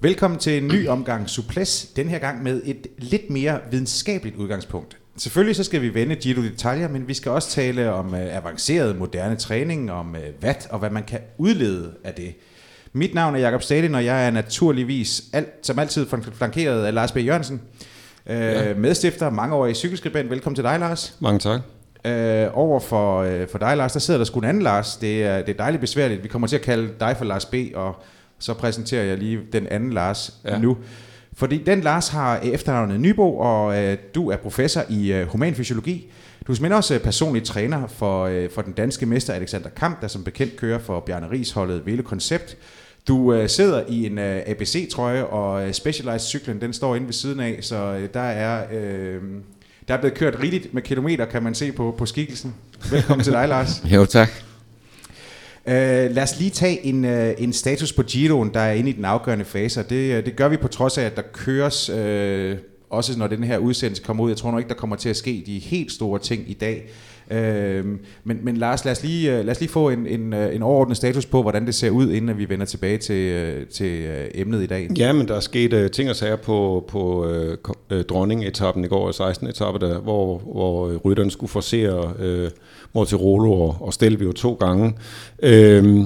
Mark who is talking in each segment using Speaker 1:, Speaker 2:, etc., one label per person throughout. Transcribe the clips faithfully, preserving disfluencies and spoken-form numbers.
Speaker 1: Velkommen til en ny omgang Souplesse, den her gang med et lidt mere videnskabeligt udgangspunkt. Selvfølgelig så skal vi vende Giro d'Italia, men vi skal også tale om uh, avanceret moderne træning, om uh, watt og hvad man kan udlede af det. Mit navn er Jakob Stadin, og jeg er naturligvis alt, som altid flankeret af Lars B. Jørgensen. Uh, ja. Medstifter, mangeårig cykelskribent. Velkommen til dig, Lars.
Speaker 2: Mange tak.
Speaker 1: Uh, over for, uh, for dig, Lars, der sidder der sgu en anden Lars. Det er, det er dejligt besværligt. Vi kommer til at kalde dig for Lars B., og så præsenterer jeg lige den anden Lars ja. nu. Fordi den Lars har efternavnet Nybo, og øh, du er professor i øh, humanfysiologi. Du er simpelthen også øh, personlig træner for, øh, for den danske mester Alexander Kamp, der som bekendt kører for Bjarne Riis holdet Velo Concept. Du øh, sidder i en øh, A B C-trøje, og øh, Specialized-cyklen, den står inde ved siden af, så øh, der er... Øh, der er blevet kørt rigeligt med kilometer, kan man se på, på skikkelsen. Velkommen til dig, Lars.
Speaker 2: Jo, tak.
Speaker 1: Uh, lad os lige tage en, uh, en status på Giroen, der er inde i den afgørende fase, og det, uh, det gør vi på trods af, at der køres, uh, også når den her udsendelse kommer ud. Jeg tror nok ikke, der kommer til at ske de helt store ting i dag. Uh, men, men Lars, lad os lige, uh, lad os lige få en, en, uh, en overordnet status på, hvordan det ser ud, inden vi vender tilbage til, uh, til uh, emnet i dag.
Speaker 2: Ja, men der er sket uh, ting og sager på, på uh, dronning-etappen i går, sekstende etape, der, hvor, hvor uh, rytteren skulle forsere uh, Mortirolo og, og Stelvio to gange. Øhm,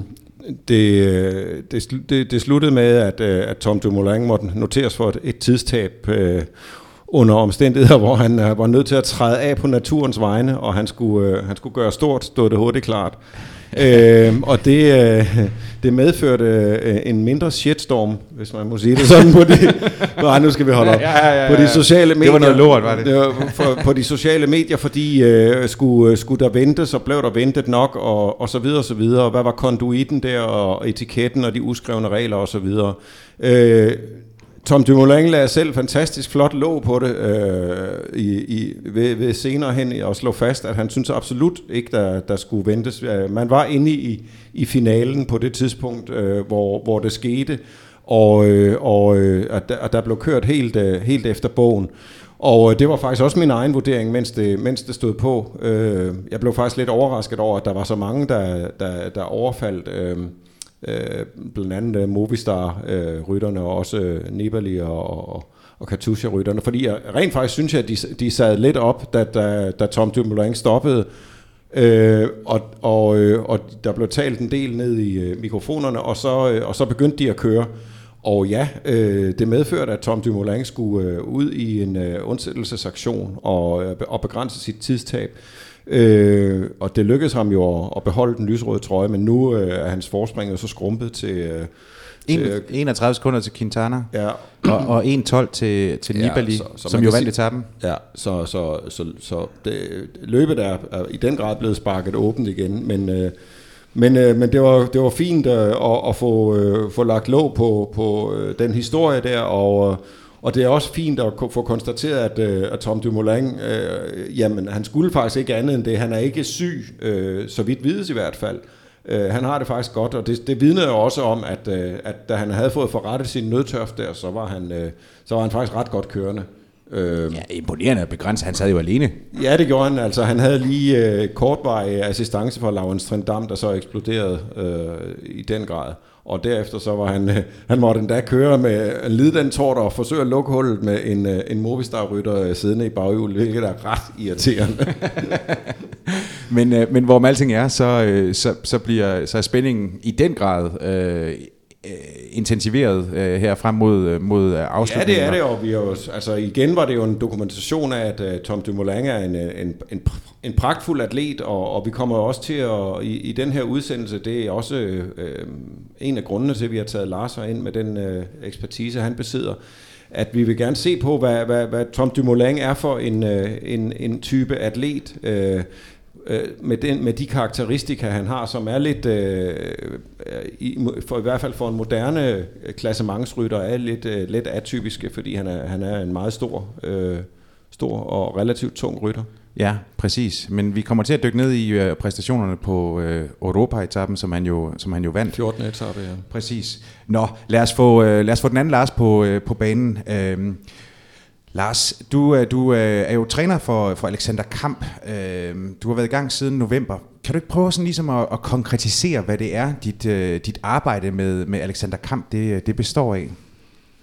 Speaker 2: det, det, det, det sluttede med, at, at Tom Dumoulin måtte noteres for et, et tidstab øh, under omstændigheder, hvor han øh, var nødt til at træde af på naturens vegne, og han skulle, øh, han skulle gøre stort, stod det hurtigt klart. øhm, og det, øh, det medførte øh, en mindre shitstorm, hvis man må sige det sådan, på de, nej, nu skal vi holde op,
Speaker 1: ja, ja, ja, ja.
Speaker 2: på de sociale medier.
Speaker 1: Det var noget lort, var det?
Speaker 2: det var for, på de sociale medier, fordi øh, skulle, skulle der vente, så blev der ventet nok, og, og så videre, og så videre, og hvad var konduiten der, og etiketten, og de uskrevne regler, og så videre. Øh, Tom Dumoulin lagde selv fantastisk flot låg på det øh, i, i, ved, ved senere hen og slå fast, at han synes absolut ikke, der, der skulle ventes. Man var inde i, i finalen på det tidspunkt, øh, hvor, hvor det skete, og, øh, og øh, at, der, at der blev kørt helt, øh, helt efter bogen. Og øh, det var faktisk også min egen vurdering, mens det, mens det stod på. Øh, jeg blev faktisk lidt overrasket over, at der var så mange, der, der, der overfaldt... Øh, Øh, blandt andet uh, Movistar-rytterne øh, og også uh, Nibali og, og, og Katusha-rytterne, fordi jeg rent faktisk synes, jeg, at de, de sad lidt op, da, da, da Tom Dumoulin stoppede, øh, og, og, øh, og der blev talt en del ned i øh, mikrofonerne, og så, øh, og så begyndte de at køre. Og ja, øh, det medførte, at Tom Dumoulin skulle øh, ud i en øh, undsættelsesaktion og, øh, og begrænse sit tidstab. Øh, og det lykkedes ham jo at, at beholde den lysrøde trøje, men nu øh, er hans forspring jo så skrumpet til, øh,
Speaker 1: til enogtredive sekunder til Quintana,
Speaker 2: ja.
Speaker 1: og, og en tolv til, til Nibali, ja, så, så som jo vandt etappen.
Speaker 2: Ja, så, så, så, så det, løbet er, er i den grad blevet sparket åbent igen, men, øh, men, øh, men det, var, det var fint øh, at, at få, øh, få lagt låg på, på øh, den historie der, og Og det er også fint at få konstateret, at, at Tom Dumoulin, øh, jamen han skulle faktisk ikke andet end det. Han er ikke syg, øh, så vidt vides i hvert fald. Øh, han har det faktisk godt, og det, det vidner jo også om, at, øh, at da han havde fået forrettet sin nødtørf der, så var han, øh, så var han faktisk ret godt kørende.
Speaker 1: Øh, ja, imponerende at begrænse. Han sad jo alene.
Speaker 2: Ja, det gjorde han. Altså, han havde lige øh, kortvarig assistance fra Laurens Trindam, der så eksploderede øh, i den grad. Og derefter så var han, øh, han måtte endda køre med at lide den tårt og forsøge at lukke hullet med en, øh, en Movistar-rytter øh, siddende i baghjulet, hvilket er ret irriterende.
Speaker 1: men, øh, men hvorom alting er, så, øh, så, så bliver så er spændingen i den grad øh, intensiveret øh, her frem mod, mod afslutningen.
Speaker 2: Ja, det er det, og vi jo, altså igen var det jo en dokumentation af, at uh, Tom Dumoulin er en, en, en, en pragtfuld atlet, og, og vi kommer også til at, i, i den her udsendelse, det er også øh, en af grundene til, at vi har taget Lars ind med den øh, ekspertise, han besidder, at vi vil gerne se på, hvad, hvad, hvad Tom Dumoulin er for en, øh, en, en type atlet, øh, Med, den, med de karakteristika, han har, som er lidt, øh, i, for, i hvert fald for en moderne klassementsrytter, er lidt, øh, lidt atypiske, fordi han er, han er en meget stor, øh, stor og relativt tung rytter.
Speaker 1: Ja, præcis. Men vi kommer til at dykke ned i øh, præstationerne på øh, Europa-etappen, som han jo, som han jo vandt.
Speaker 2: fjortende etape, ja.
Speaker 1: Præcis. Nå, lad os få, øh, lad os få den anden Lars på, øh, på banen. Øh, Lars, du, du er jo træner for, for Alexander Kamp. Du har været i gang siden november. Kan du ikke prøve sådan ligesom at, at konkretisere, hvad det er, dit, dit arbejde med, med Alexander Kamp det, det består af?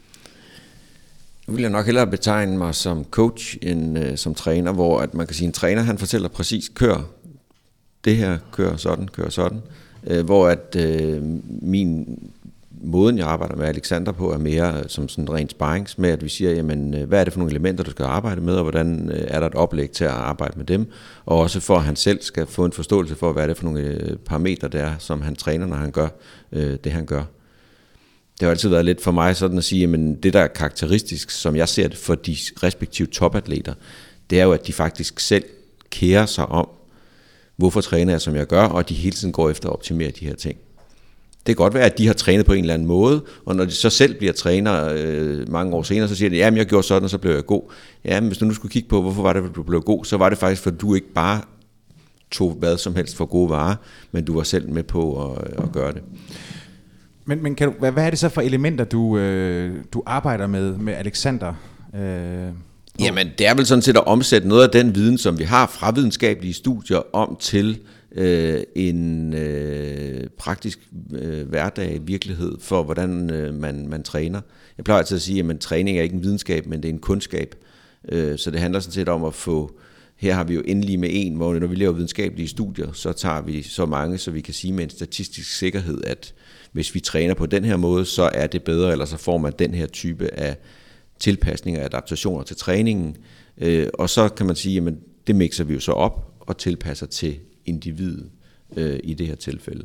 Speaker 3: Nu vil jeg nok hellere betegne mig som coach end øh, som træner, hvor at man kan sige, en træner han fortæller præcis, kør det her, kør sådan, kør sådan. Øh, hvor at øh, min måden, jeg arbejder med Alexander på, er mere som sådan rent sparrings med, at vi siger, jamen, hvad er det for nogle elementer, du skal arbejde med, og hvordan er der et oplæg til at arbejde med dem, og også for, at han selv skal få en forståelse for, hvad er det for nogle parametre, der er, som han træner, når han gør øh, det, han gør. Det har altid været lidt for mig sådan at sige, jamen, det der er karakteristisk, som jeg ser det for de respektive topatleter, det er jo, at de faktisk selv kærer sig om, hvorfor træner jeg, som jeg gør, og de hele tiden går efter at optimere de her ting. Det kan godt være, at de har trænet på en eller anden måde, og når de så selv bliver træner øh, mange år senere, så siger de, jamen jeg gjorde sådan, og så blev jeg god. Jamen hvis du nu skulle kigge på, hvorfor var det, at du blev god, så var det faktisk, fordi du ikke bare tog hvad som helst for gode varer, men du var selv med på at, at gøre det.
Speaker 1: Men, men kan du, hvad, hvad er det så for elementer, du, øh, du arbejder med med Alexander? Øh,
Speaker 3: Jamen det er vel sådan set at omsætte noget af den viden, som vi har fra videnskabelige studier om til øh, en øh, praktisk øh, hverdag, virkelighed for, hvordan øh, man, man træner. Jeg plejer altid at sige, at træning er ikke en videnskab, men det er en kundskab. Øh, så det handler sådan set om at få, her har vi jo endelig med en, hvor når vi laver videnskabelige studier, så tager vi så mange, så vi kan sige med en statistisk sikkerhed, at hvis vi træner på den her måde, så er det bedre, eller så får man den her type af tilpasninger og adaptationer til træningen. Øh, og så kan man sige, at det mixer vi jo så op og tilpasser til individet øh, i det her tilfælde.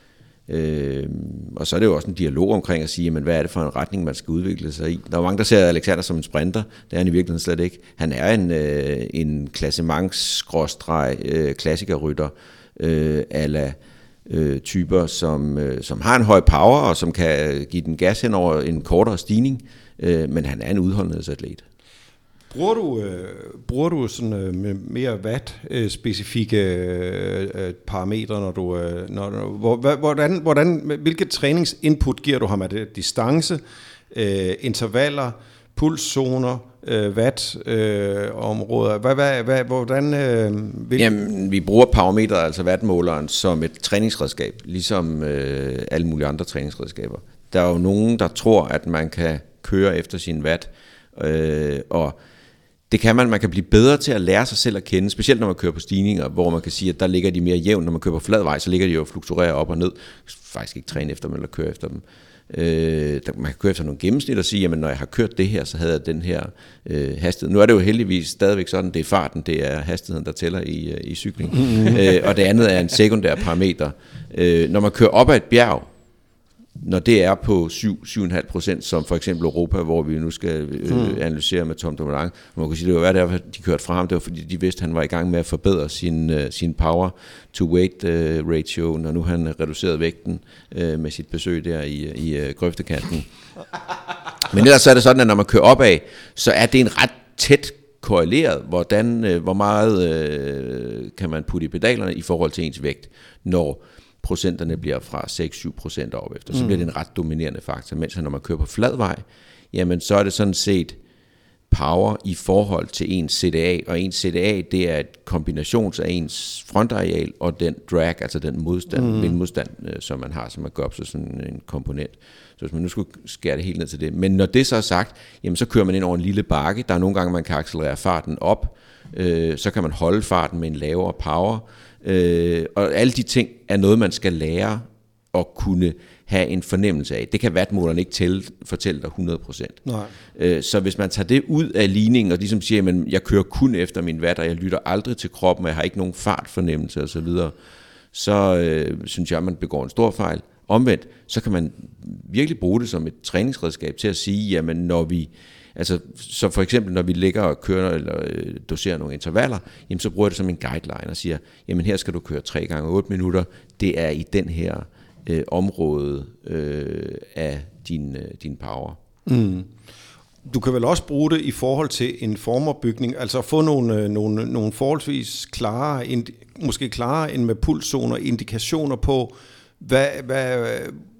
Speaker 3: Øh, og så er det jo også en dialog omkring at sige, jamen, hvad er det for en retning, man skal udvikle sig i. Der er mange, der ser Alexander som en sprinter. Det er han i virkeligheden slet ikke. Han er en, øh, en klassements-skråstreg øh, klassikerrytter øh, ala øh, typer, som, øh, som har en høj power og som kan give den gas hen over en kortere stigning, øh, men han er en udholdenhedsatlet.
Speaker 2: Bruger du, øh, bruger du sådan øh, med mere watt-specifikke øh, parametre, når du, øh, når, hvor, hvordan, hvordan, hvilket træningsinput giver du ham? Er det distance, øh, intervaller, pulszoner, øh, watt-områder? Øh, hvad, hvad, hvad, hvordan, øh, vil...
Speaker 3: Jamen, vi bruger parametre, altså wattmåleren, som et træningsredskab, ligesom øh, alle mulige andre træningsredskaber. Der er jo nogen, der tror, at man kan køre efter sin watt, øh, og det kan man, man kan blive bedre til at lære sig selv at kende, specielt når man kører på stigninger, hvor man kan sige, at der ligger de mere jævnt. Når man kører på flad vej, så ligger de jo og fluktuerer op og ned. Faktisk ikke træne efter dem, eller køre efter dem. Øh, man kan køre efter nogle gennemsnit og sige, at når jeg har kørt det her, så havde jeg den her øh, hastighed. Nu er det jo heldigvis stadigvæk sådan, det er farten, det er hastigheden, der tæller i, øh, i cykling. Mm-hmm. øh, og det andet er en sekundær parameter. Øh, når man kører op ad et bjerg, når det er på syv til syv komma fem procent, som for eksempel Europa, hvor vi nu skal øh, analysere med Tom Dumoulin, man kan sige, det var hvad det er, de kørte fra ham, det var fordi de vidste, at han var i gang med at forbedre sin, uh, sin power to weight uh, ratio, når nu han reducerede vægten uh, med sit besøg der i, i uh, grøftekanten. Men ellers så er det sådan, at når man kører opad, så er det en ret tæt korreleret, hvordan, uh, hvor meget uh, kan man putte i pedalerne i forhold til ens vægt, når procenterne bliver fra seks til syv procent op efter, så mm. bliver det en ret dominerende faktor, mens når man kører på flad vej, jamen så er det sådan set power i forhold til ens C D A, og ens C D A, det er et kombinations af ens frontareal og den drag, altså den modstand, mm. vindmodstand, som man har, som man gør op så sådan en komponent. Så hvis man nu skulle skære det helt ned til det. Men når det så er sagt, jamen så kører man ind over en lille bakke, der er nogle gange, man kan accelerere farten op, øh, så kan man holde farten med en lavere power, Øh, og alle de ting er noget, man skal lære at kunne have en fornemmelse af. Det kan wattmåleren ikke tælle, fortælle dig hundrede procent. Øh, så hvis man tager det ud af ligningen, og ligesom siger, at jeg kører kun efter min watt, og jeg lytter aldrig til kroppen, og jeg har ikke nogen fartfornemmelse osv., så, så øh, synes jeg, man begår en stor fejl. Omvendt, så kan man virkelig bruge det som et træningsredskab til at sige, jamen når vi Altså, så for eksempel, når vi ligger og kører eller øh, doserer nogle intervaller, jamen, så bruger jeg det som en guideline og siger, jamen her skal du køre tre gange otte minutter, det er i den her øh, område øh, af din, øh, din power.
Speaker 2: Mm. Du kan vel også bruge det i forhold til en formopbygning, altså få nogle, nogle, nogle forholdsvis klare, måske klarere end med pulszoner, indikationer på, hvad, hvad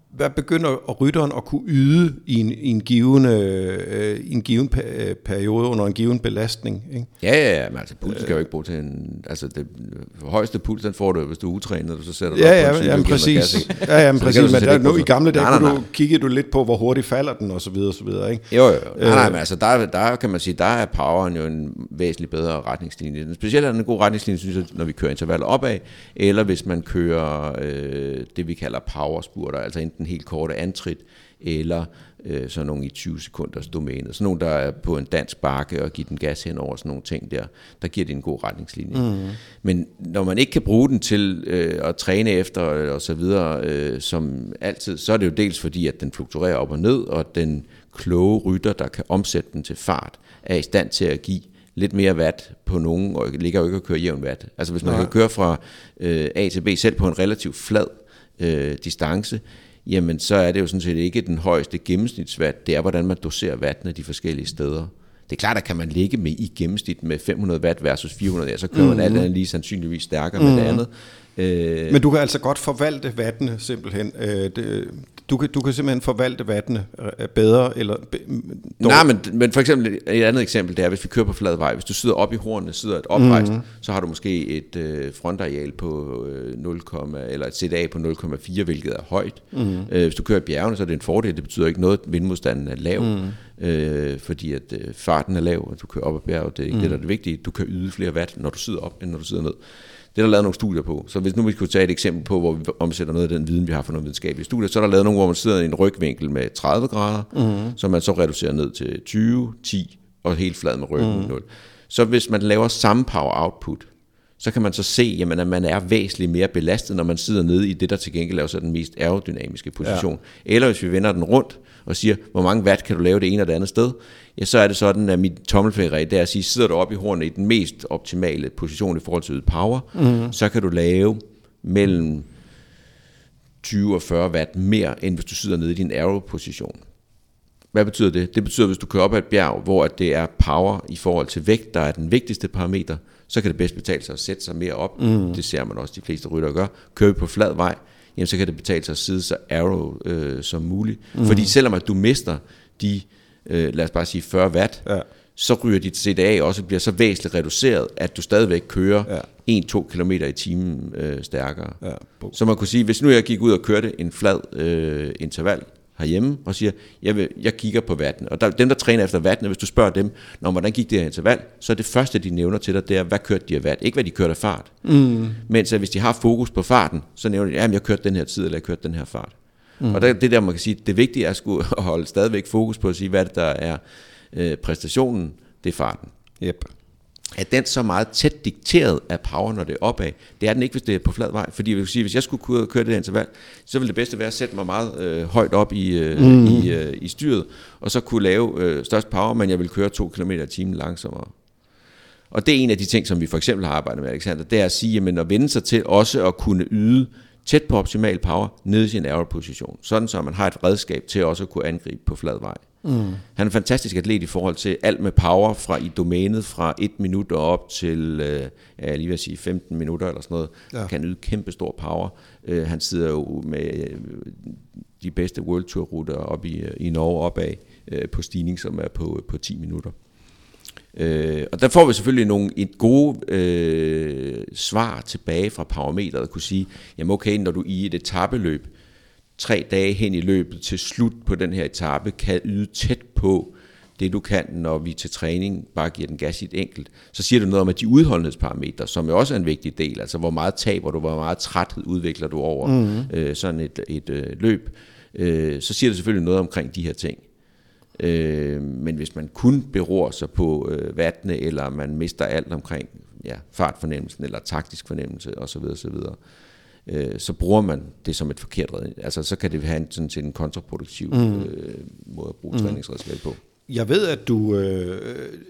Speaker 2: hvad begynder rytteren at kunne yde i en, i en given, øh, i en given periode under en given belastning? Ikke?
Speaker 3: Ja, ja, ja, men altså pulsen skal jo ikke bruge til en... Altså det højeste puls, den får du, hvis du er utrænet, og så sætter du
Speaker 2: ja,
Speaker 3: op på en
Speaker 2: ja, ja, præcis. Ja, ja, men præcis. Men der, nu, i gamle dage kunne du kigge du lidt på, hvor hurtigt falder den, og så videre, og så videre, ikke?
Speaker 3: Jo, jo. Nej, nej, men altså der, der kan man sige, der er poweren jo en væsentligt bedre retningslinje. Specielt er den en god retningslinje, synes jeg, når vi kører intervaller opad, eller hvis man kører øh, det, vi kalder powerspurter, altså enten helt korte antrit, eller øh, sådan nogle i tyve sekunders domæne. Sådan nogle, der er på en dansk bakke og giver den gas hen over sådan nogle ting der, der giver det en god retningslinje. Mm. Men når man ikke kan bruge den til øh, at træne efter og så videre, øh, som altid, så er det jo dels fordi, at den fluktuerer op og ned, og den kloge rytter, der kan omsætte den til fart, er i stand til at give lidt mere watt på nogen, og ligger jo ikke at køre jævn watt. Altså hvis man Nej. kan køre fra øh, A til B selv på en relativt flad øh, distance, jamen så er det jo sådan set ikke den højeste gennemsnitswatt, det er hvordan man doserer wattene de forskellige steder. Det er klart, at kan man ligge med i gennemsnit med fem hundrede watt versus fire hundrede, ja, så kører mm. man alt andet lige sandsynligvis stærkere mm. med det andet.
Speaker 2: Øh, Men du kan altså godt forvalte wattene simpelthen. Øh, det, du, kan, du kan simpelthen forvalte wattene bedre eller be,
Speaker 3: Nej, men, men for eksempel et andet eksempel, det er, hvis vi kører på flad vej. Hvis du sidder op i hornene, sidder et oprejst, mm. så har du måske et øh, frontareal på øh, nul, eller et C D A på nul komma fire, hvilket er højt. Mm. Øh, hvis du kører i bjergene, så er det en fordel. Det betyder ikke noget, at vindmodstanden er lav, mm. øh, fordi at øh, farten er lav, og du kører op ad bjerget. Det er ikke mm. det, der er det vigtige. Du kan yde flere watt, når du sidder op, end når du sidder ned. Det er der lavet nogle studier på. Så hvis nu vi kunne tage et eksempel på, hvor vi omsætter noget af den viden, vi har fra nogle videnskabelige studier, så er der lavet nogle, hvor man sidder i en rygvinkel med tredive grader, mm-hmm. så man så reducerer ned til tyve, ti og helt flad med ryggen mm-hmm. nul. Så hvis man laver samme power output, så kan man så se, jamen, at man er væsentligt mere belastet, når man sidder nede i det, der til gengæld er så den mest aerodynamiske position. Ja. Eller hvis vi vender den rundt og siger, hvor mange watt kan du lave det ene og det andet sted, ja, så er det sådan, at mit tommelfingerregel, det er at sige, sidder du oppe i hornet i den mest optimale position i forhold til ydet power, mm. så kan du lave mellem tyve og fyrre watt mere, end hvis du sidder nede i din aero-position. Hvad betyder det? Det betyder, at hvis du kører op ad et bjerg, hvor det er power i forhold til vægt, der er den vigtigste parameter, så kan det bedst betale sig at sætte sig mere op. Mm. Det ser man også, de fleste ryttere gør. Kører vi på flad vej, jamen, så kan det betale sig at sidde så aero øh, som muligt. Mm. Fordi selvom at du mister de, øh, lad os bare sige fyrre watt, ja. så ryger dit C D A også bliver så væsentligt reduceret, at du stadigvæk kører ja. en til to kilometer i timen øh, stærkere. Ja. Så man kunne sige, hvis nu jeg gik ud og kørte en flad øh, interval herhjemme og siger, jeg, vil, jeg kigger på wattene. Og der, dem, der træner efter wattene, hvis du spørger dem, når hvordan gik det her interval, så er det første, de nævner til dig, det er, hvad kørte de af watt? Ikke hvad de kørte af fart. Mm. Mens hvis de har fokus på farten, så nævner de, ja, jeg kørte den her tid, eller jeg kørte den her fart. Mm. Og der, det der, man kan sige, det vigtige er at holde stadigvæk fokus på at sige, hvad det der er øh, præstationen, det er farten.
Speaker 2: Yep.
Speaker 3: Er den så meget tæt dikteret af power, når det er opad? Det er den ikke, hvis det er på flad vej. Fordi jeg vil sige, hvis jeg skulle køre, køre det her interval, så ville det bedste være at sætte mig meget øh, højt op i, øh, mm. i, øh, i styret, og så kunne lave øh, størst power, men jeg vil køre to kilometer i timen langsommere. Og det er en af de ting, som vi for eksempel har arbejdet med, Alexander, det er at sige, jamen, at vende sig til også at kunne yde tæt på optimal power nede i sin aero-position. Sådan så man har et redskab til også at kunne angribe på flad vej. Mm. Han er en fantastisk atlet i forhold til alt med power fra i domænet fra et minut og op til øh, ja, lige vil sige femten minutter eller sådan noget. Ja. Han kan yde kæmpe stor power. Uh, han sidder jo med uh, de bedste World Tour ruter op i, uh, i Norge opad uh, på stigning, som er på, på ti minutter. Uh, og der får vi selvfølgelig nogle et gode uh, svar tilbage fra powermeteret at kunne sige, jamen okay, når du i et etapeløb tre dage hen i løbet til slut på den her etape, kan yde tæt på det, du kan, når vi til træning bare giver den gas i et enkelt. Så siger du noget om, at de udholdenhedsparametre, som jo også er en vigtig del, altså hvor meget taber du, hvor meget træthed udvikler du over mm-hmm. øh, sådan et, et øh, løb, øh, så siger det selvfølgelig noget omkring de her ting. Øh, men hvis man kun beror sig på øh, wattene, eller man mister alt omkring ja, fartfornemmelsen, eller taktisk fornemmelse osv. osv., så bruger man det som et forkert redning. Altså, så kan det have en, sådan til en kontraproduktiv mm. øh, måde at bruge mm. træningsredskab på.
Speaker 2: Jeg ved, at du øh,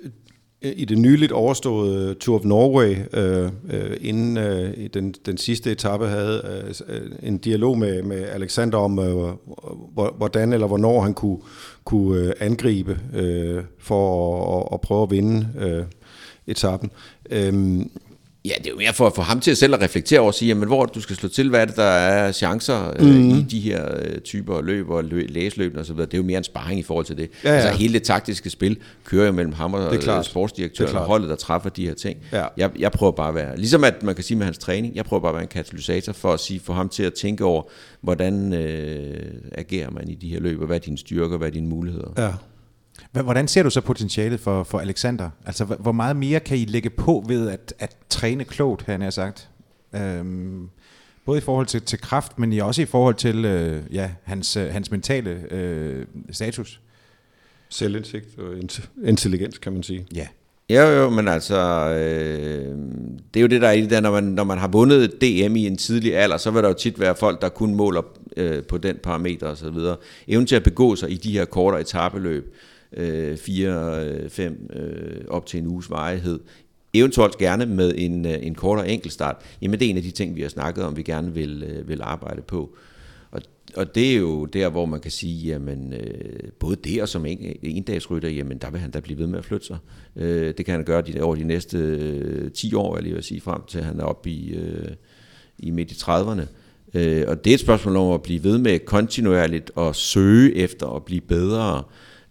Speaker 2: i det nyligt overståede Tour of Norway, øh, øh, inden øh, den, den sidste etape, havde øh, en dialog med, med Alexander om, øh, hvordan eller hvornår han kunne, kunne øh, angribe øh, for at, at prøve at vinde øh, etappen. Øh,
Speaker 3: Ja, det er jo mere for at få ham til at selv at reflektere over og sige, jamen, hvor du skal slå til, hvad er det, der er chancer øh, mm. i de her øh, typer løb og lø- læseløb og så videre. Det er jo mere en sparring i forhold til det. Ja, ja. Altså hele det taktiske spil kører jo mellem ham og øh, sportsdirektøren og holdet, der træffer de her ting. Ja. Jeg, jeg prøver bare at være, ligesom at man kan sige med hans træning, jeg prøver bare at være en katalysator for at sige, få ham til at tænke over, hvordan øh, agerer man i de her løb, og hvad er dine styrker, hvad er dine muligheder.
Speaker 1: Ja. Hvordan ser du så potentialet for, for Alexander? Altså, hvor meget mere kan I lægge på ved at, at træne klogt, han har sagt? Øhm, både i forhold til, til kraft, men også i forhold til øh, ja, hans, hans mentale øh, status.
Speaker 2: Selvindsigt og intelligens, kan man sige.
Speaker 3: Ja. Jo, jo, men altså, øh, det er jo det, der er i det der, når man, når man har vundet D M i en tidlig alder, så vil der jo tit være folk, der kun måler øh, på den parameter og så videre. Evnen til at begå sig i de her kortere etapeløb, øh, fire, fem, øh, op til en uges varighed, eventuelt gerne med en, en kortere enkeltstart, jamen det er en af de ting, vi har snakket om, vi gerne vil, øh, vil arbejde på. Og, og det er jo der, hvor man kan sige, jamen øh, både det og som en, en dagsrytter, jamen der vil han da blive ved med at flytte sig. Øh, det kan han gøre de, over de næste øh, ti år, jeg lige vil sige, frem til han er oppe i, øh, i midt i trediverne. Øh, og det er et spørgsmål om at blive ved med kontinuerligt og søge efter at blive bedre.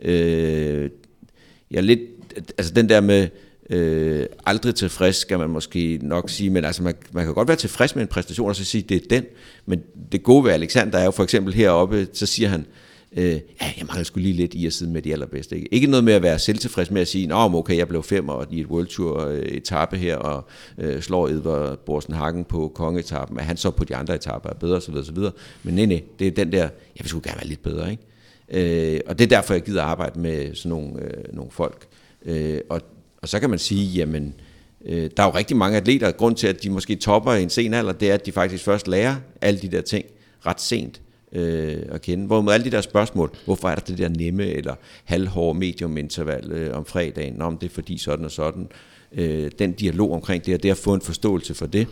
Speaker 3: Øh, jeg er lidt, altså den der med øh, aldrig tilfreds, skal man måske nok sige, men altså man, man kan godt være tilfreds med en præstation, og så sige, det er den, men det gode ved Alexander er jo for eksempel heroppe, så siger han, øh, ja, jeg mangler sgu lige lidt i at sidde med de allerbedste. Ikke, ikke noget med at være selvtilfreds med at sige, nå, okay, jeg blev femmer i et World Tour etape her, og øh, slår Edvard Boasson Hagen på kongeetappen, at han så på de andre etaper er bedre, osv. osv. Men nej, nej, det er den der, jeg vil sgu gerne være lidt bedre, ikke? Øh, og det er derfor, jeg gider arbejde med sådan nogle, øh, nogle folk. Øh, og, og så kan man sige, jamen, øh, der er jo rigtig mange atleter, grund til, at de måske topper i en sen alder, det er, at de faktisk først lærer alle de der ting ret sent øh, at kende. Hvorimod alle de der spørgsmål, hvorfor er der det der nemme eller halvhårde medium interval øh, om fredagen, nå, om det er fordi sådan og sådan, øh, den dialog omkring det, og det at få en forståelse for det,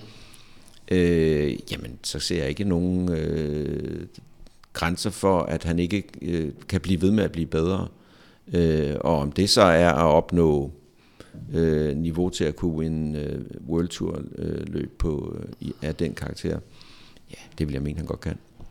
Speaker 3: øh, jamen, så ser jeg ikke nogen øh, grænser for, at han ikke øh, kan blive ved med at blive bedre. Øh, og om det så er at opnå øh, niveau til at kunne vinde øh, World Tour øh, løb på øh, af den karakter, ja, det vil jeg mene, han godt kan.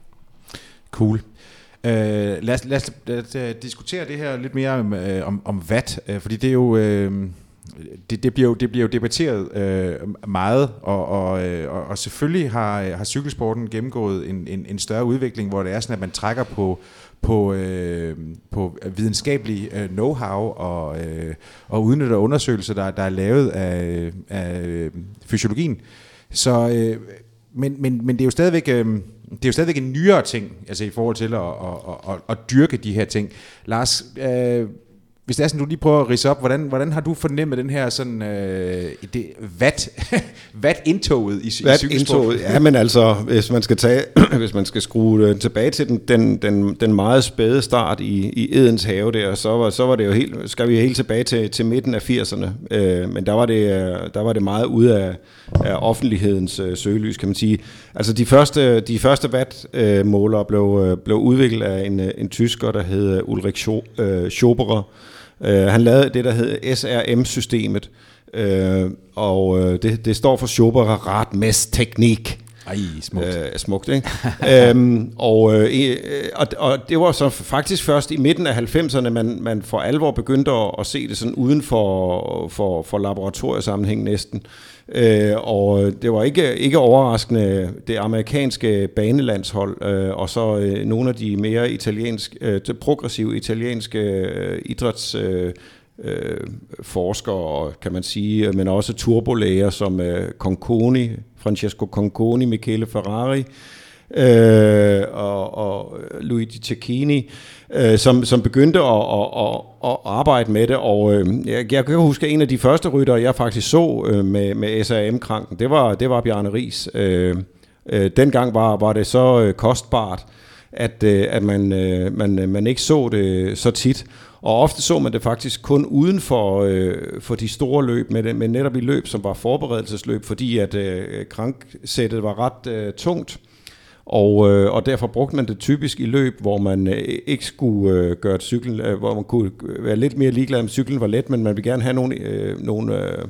Speaker 1: Cool. Øh, lad, os, lad, os, lad os diskutere det her lidt mere om, øh, om, om watt, øh, fordi det er jo øh, det, det, bliver jo, det bliver jo debatteret øh, meget, og, og, øh, og selvfølgelig har, har cykelsporten gennemgået en, en, en større udvikling, hvor det er sådan, at man trækker på på, øh, på videnskabelig øh, know-how og, øh, og udnytter undersøgelser, der, der er lavet af, af fysiologien. Så, øh, men, men, men det er jo stadigvæk øh, det er jo stadigvæk en nyere ting, altså i forhold til at, at, at, at dyrke de her ting. Lars, øh, hvis det er sådan, du lige prøver at ridse op, hvordan, hvordan har du fornemmet den her sådan, øh, det, watt, watt-indtoget i, i cykelsport?
Speaker 2: Ja, men altså, hvis man skal tage, hvis man skal skrue tilbage til den, den, den, den meget spæde start i, i Edens Have der, så var, så var det jo helt, skal vi helt tilbage til, til midten af firserne, øh, men der var det, der var det meget ude af, af offentlighedens øh, søgelys, kan man sige. Altså de første, de første watt-målere blev, blev udviklet af en, en tysker, der hed Ulrich Schoberer. Uh, han lavede det, der hed S R M-systemet, uh, og uh, det, det står for Schoberer Radmessteknik.
Speaker 1: Ej, smukt.
Speaker 2: Uh, smukt, ikke? um, og, uh, og, og det var så faktisk først i midten af halvfemserne, man, man for alvor begyndte at, at se det sådan uden for, for, for laboratoriesammenhæng næsten. Uh, og det var ikke, ikke overraskende det amerikanske banelandshold, uh, og så uh, nogle af de mere italienske, uh, progressive italienske uh, idræts uh, uh, forskere, kan man sige, men også turbolæger som uh, Conconi, Francesco Conconi, Michele Ferrari øh, og, og Luigi Cecchini, øh, som, som begyndte at, at, at, at arbejde med det. Og øh, jeg, jeg kan huske, at en af de første ryttere, jeg faktisk så øh, med, med S R M-kranken, det var, det var Bjarne Riis. Øh, øh, dengang var, var det så øh, kostbart, at, øh, at man, øh, man, man ikke så det så tit. Og ofte så man det faktisk kun uden for, øh, for de store løb, men, men netop i løb, som var forberedelsesløb, fordi at øh, kranksættet var ret øh, tungt. Og, øh, og derfor brugte man det typisk i løb, hvor man øh, ikke skulle øh, gøre cyklen, øh, hvor man kunne være lidt mere ligeglad, om cyklen var let, men man ville gerne have nogle, øh, nogle øh,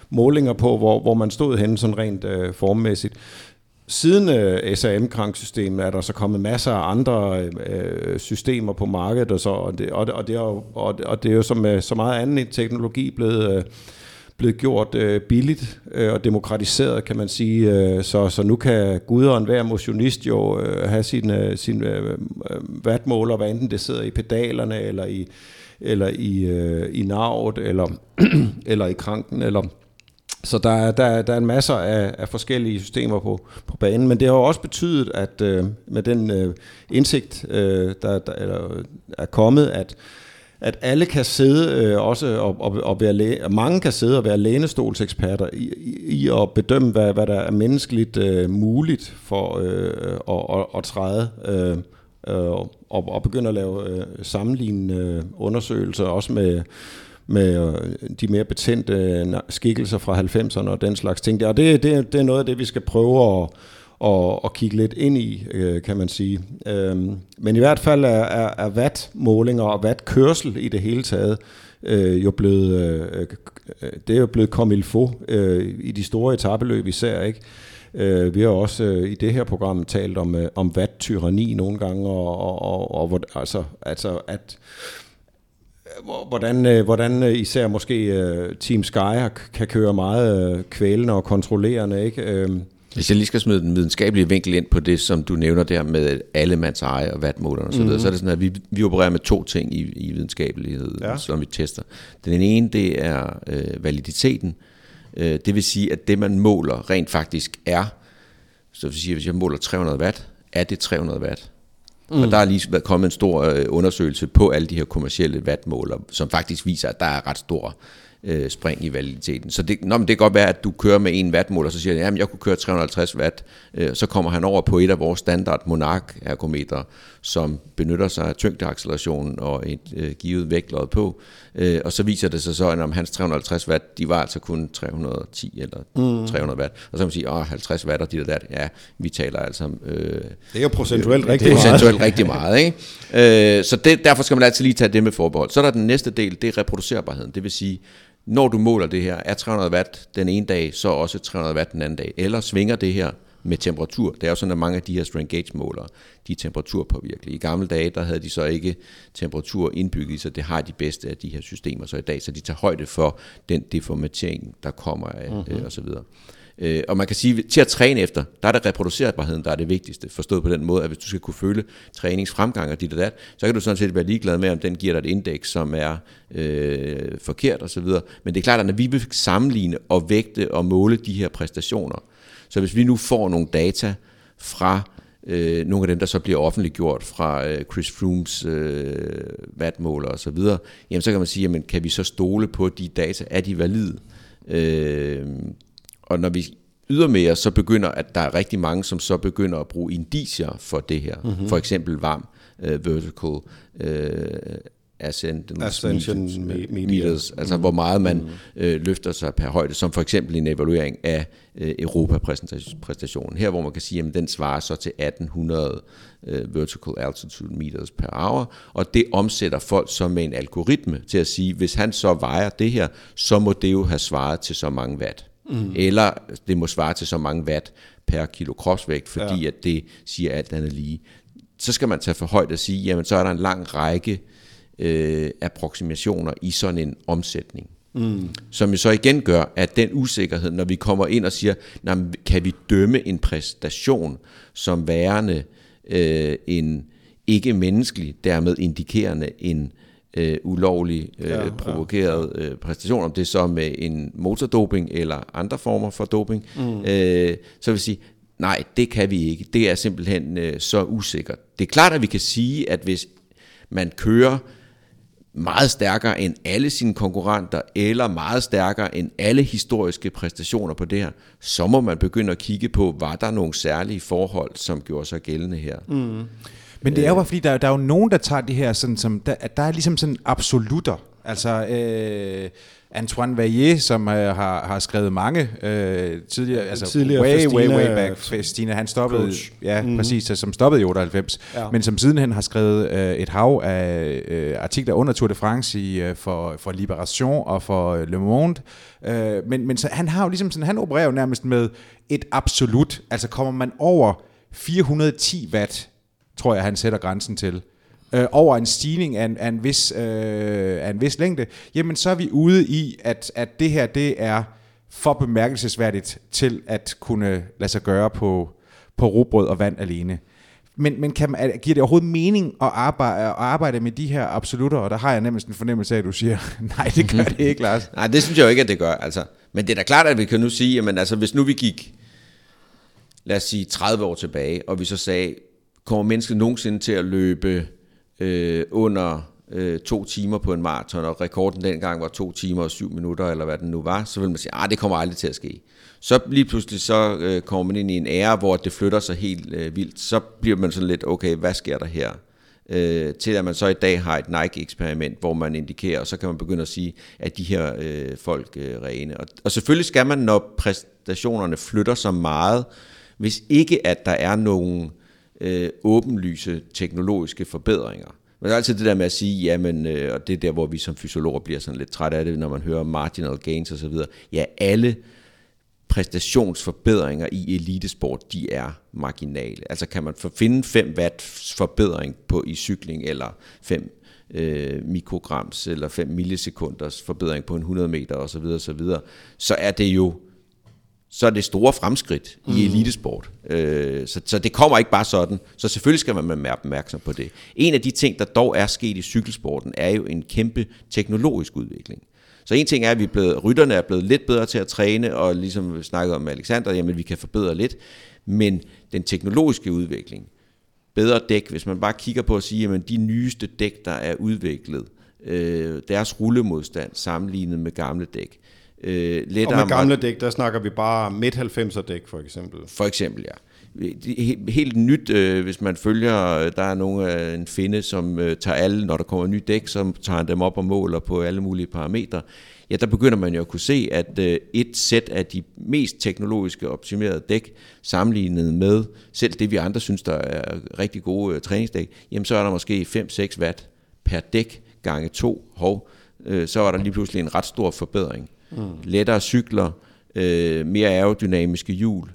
Speaker 2: målinger på, hvor, hvor man stod henne sådan rent øh, formmæssigt. Siden øh, S A M-kranksystemet er der så kommet masser af andre øh, systemer på markedet, og, så, og, det, og, det, og, det er jo, og, det, og det er jo som med så meget anden teknologi blevet, øh, blevet gjort øh, billigt øh, og demokratiseret, kan man sige. Øh, så, så nu kan Gud og enhver motionist jo øh, have sin, øh, sin øh, wattmåler, hvad enten det sidder i pedalerne, eller i, eller i, øh, i navet, eller, eller i kranken, eller... Så der er, der, er, der er en masse af, af forskellige systemer på, på banen, men det har jo også betydet, at øh, med den øh, indsigt, øh, der, der er kommet, at, at alle kan sidde øh, også og, og, og være læ- mange kan sidde og være lænestolseksperter i, i, i at bedømme, hvad, hvad der er menneskeligt øh, muligt for øh, at, at, at træde øh, og, og begynde at lave øh, sammenlignende undersøgelser, også med med de mere betændte skikkelser fra halvfemserne og den slags ting. Og det, det, det er noget af det, vi skal prøve at, at, at kigge lidt ind i, kan man sige. Men i hvert fald er, er, er wattmålinger og wattkørsel i det hele taget jo blevet, det er jo blevet comme il faut i de store etapeløb især, ikke? Vi har også i det her program talt om, om watt-tyranni nogle gange, og, og, og, og altså, altså at Hvordan, hvordan især måske Team Sky kan køre meget kvælende og kontrollerende, ikke?
Speaker 3: Hvis jeg lige skal smide den videnskabelige vinkel ind på det, som du nævner der med allemands eje og wattmålerne og så videre, mm-hmm. så er det sådan, at vi, vi opererer med to ting i, i videnskabelighed, ja. Som vi tester. Den ene, det er øh, validiteten. Øh, det vil sige, at det man måler rent faktisk er, så vil sige, hvis jeg måler tre hundrede watt, er det tre hundrede watt. Mm. Og der er lige kommet en stor øh, undersøgelse på alle de her kommercielle wattmålere, som faktisk viser, at der er ret stor øh, spring i validiteten. Så det, nå, men det kan godt være, at du kører med en wattmåler, så siger jeg, at jeg kunne køre tre hundrede og halvtreds watt. Øh, så kommer han over på et af vores standard Monarch-ergometer, som benytter sig af tyngdeaccelerationen og et øh, givet vægtlod på. Øh, og så viser det sig så, at om hans tre hundrede og halvtreds watt, de var altså kun tre hundrede og ti eller mm. tre hundrede watt. Og så kan man sige, åh, halvtreds watt og de der, der. Ja, vi taler altså om... Øh,
Speaker 2: det er jo procentuelt
Speaker 3: øh,
Speaker 2: rigtig
Speaker 3: meget.
Speaker 2: Det er
Speaker 3: procentuelt rigtig meget, ikke? Øh, så det, derfor skal man altid lige tage det med forbehold. Så er der den næste del, det er reproducerbarheden. Det vil sige, når du måler det her, er tre hundrede watt den ene dag, så også tre hundrede watt den anden dag. Eller svinger det her med temperatur. Det er jo sådan, at mange af de her strain gauge målere, de er temperaturpåvirkelige. I gamle dage, der havde de så ikke temperatur indbygget i, så det har de bedste af de her systemer så i dag, så de tager højde for den deformatering, der kommer af, mm-hmm. øh, og så videre. Øh, og man kan sige, til at træne efter, der er det reproducerbarheden, der er det vigtigste, forstået på den måde, at hvis du skal kunne føle træningsfremgang og dit og dat, så kan du sådan set være ligeglad med, om den giver dig et indeks, som er øh, forkert og så videre. Men det er klart, at når vi vil sammenligne og vægte og måle de her præstationer, så hvis vi nu får nogle data fra øh, nogle af dem, der så bliver offentliggjort fra øh, Chris Froomes øh, wattmåler og så videre, jamen så kan man sige, jamen kan vi så stole på de data, er de valide? Øh, og når vi ydermere så begynder, at der er rigtig mange, som så begynder at bruge indicier for det her, mm-hmm. for eksempel varm øh, vertical øh, Ascension meters, meters, altså mm. hvor meget man mm. øh, løfter sig per højde, som for eksempel en evaluering af øh, Europa-præstationen. Her hvor man kan sige, at den svarer så til atten hundrede øh, vertical altitude meters per hour, og det omsætter folk så med en algoritme til at sige, hvis han så vejer det her, så må det jo have svaret til så mange watt. Mm. Eller det må svare til så mange watt per kilo kropsvægt, fordi ja. At det siger alt andet lige. Så skal man tage for højde og sige, jamen så er der en lang række Øh, approximationer i sådan en omsætning, mm. som jo så igen gør, at den usikkerhed, når vi kommer ind og siger, kan vi dømme en præstation som værende øh, en ikke menneskelig, dermed indikerende en øh, ulovlig øh, ja, provokeret ja. øh, præstation, om det så med en motordoping eller andre former for doping, mm. øh, så vil sige, nej, det kan vi ikke. Det er simpelthen øh, så usikkert. Det er klart, at vi kan sige, at hvis man kører meget stærkere end alle sine konkurrenter, eller meget stærkere end alle historiske præstationer på det her, så må man begynde at kigge på, var der nogle særlige forhold, som gjorde sig gældende her. Mm.
Speaker 1: Men det er jo fordi, der, der er jo nogen, der tager det her sådan som, der, der er ligesom sådan absolutter. Altså øh, Antoine Vaillet, som øh, har, har skrevet mange øh, tidligere, altså
Speaker 2: tidligere
Speaker 1: way,
Speaker 2: Festina,
Speaker 1: way, way back. Festina, han stoppede,
Speaker 2: coach.
Speaker 1: ja,
Speaker 2: mm-hmm.
Speaker 1: præcis, som stoppede i otteoghalvfems, ja. Men som sidenhen har skrevet øh, et hav af øh, artikler under Tour de France i, øh, for, for Libération og for øh, Le Monde. Øh, men men så, han har jo ligesom sådan, han opererer jo nærmest med et absolut, altså kommer man over fire hundrede og ti watt, tror jeg, han sætter grænsen til, øh, over en stigning af en, af, en vis, øh, af en vis længde, jamen så er vi ude i, at, at det her, det er for bemærkelsesværdigt til at kunne lade sig gøre på, på rugbrød og vand alene. Men, men kan man, giver det overhovedet mening at arbejde, at arbejde med de her absolutter? Og der har jeg nemmest en fornemmelse af, at du siger, nej, det gør det ikke, Lars.
Speaker 3: Nej, det synes jeg jo ikke, at det gør. Altså. Men det er da klart, at vi kan nu sige, jamen, altså, hvis nu vi gik, lad os sige, tredive år tilbage, og vi så sagde, kommer mennesket nogensinde til at løbe øh, under øh, to timer på en maraton, og rekorden dengang var to timer og syv minutter, eller hvad den nu var, så vil man sige, ah, det kommer aldrig til at ske. Så lige pludselig så øh, kommer man ind i en ære, hvor det flytter sig helt øh, vildt. Så bliver man sådan lidt, okay, hvad sker der her? Øh, til at man så i dag har et Nike-eksperiment, hvor man indikerer, og så kan man begynde at sige, at de her øh, folk øh, rene. Og, og selvfølgelig skal man, når præstationerne flytter sig meget, hvis ikke at der er nogen øh, åbenlyse teknologiske forbedringer. Men det er altid det der med at sige, jamen, øh, og det er der, hvor vi som fysiologer bliver sådan lidt trætte af det, når man hører marginal gains osv. Ja, alle præstationsforbedringer i elitesport, de er marginale. Altså kan man finde fem watt forbedring på i cykling, eller fem øh, mikrograms, eller fem millisekunders forbedring på en hundrede meter osv. osv., så er det jo så er det store fremskridt i elitesport. Øh, så, så det kommer ikke bare sådan. Så selvfølgelig skal man være opmærksom på det. En af de ting, der dog er sket i cykelsporten, er jo en kæmpe teknologisk udvikling. Så en ting er, at vi er blevet, rytterne er blevet lidt bedre til at træne, og ligesom vi snakkede om med Alexander, jamen vi kan forbedre lidt, men den teknologiske udvikling, bedre dæk, hvis man bare kigger på at sige, jamen de nyeste dæk, der er udviklet, øh, deres rullemodstand sammenlignet med gamle dæk.
Speaker 2: Øh, og med gamle dæk, der snakker vi bare midt halvfemser dæk for eksempel.
Speaker 3: For eksempel, ja. Helt nyt, øh, hvis man følger, der er nogle af en finde, som øh, tager alle, når der kommer nye dæk, så tager han dem op og måler på alle mulige parametre. Ja, der begynder man jo at kunne se, at øh, et sæt af de mest teknologiske optimerede dæk, sammenlignet med selv det, vi andre synes, der er rigtig gode øh, træningsdæk, jamen så er der måske fem til seks watt per dæk gange to hov, øh, så er der lige pludselig en ret stor forbedring. Mm. Lettere cykler, øh, mere aerodynamiske hjul,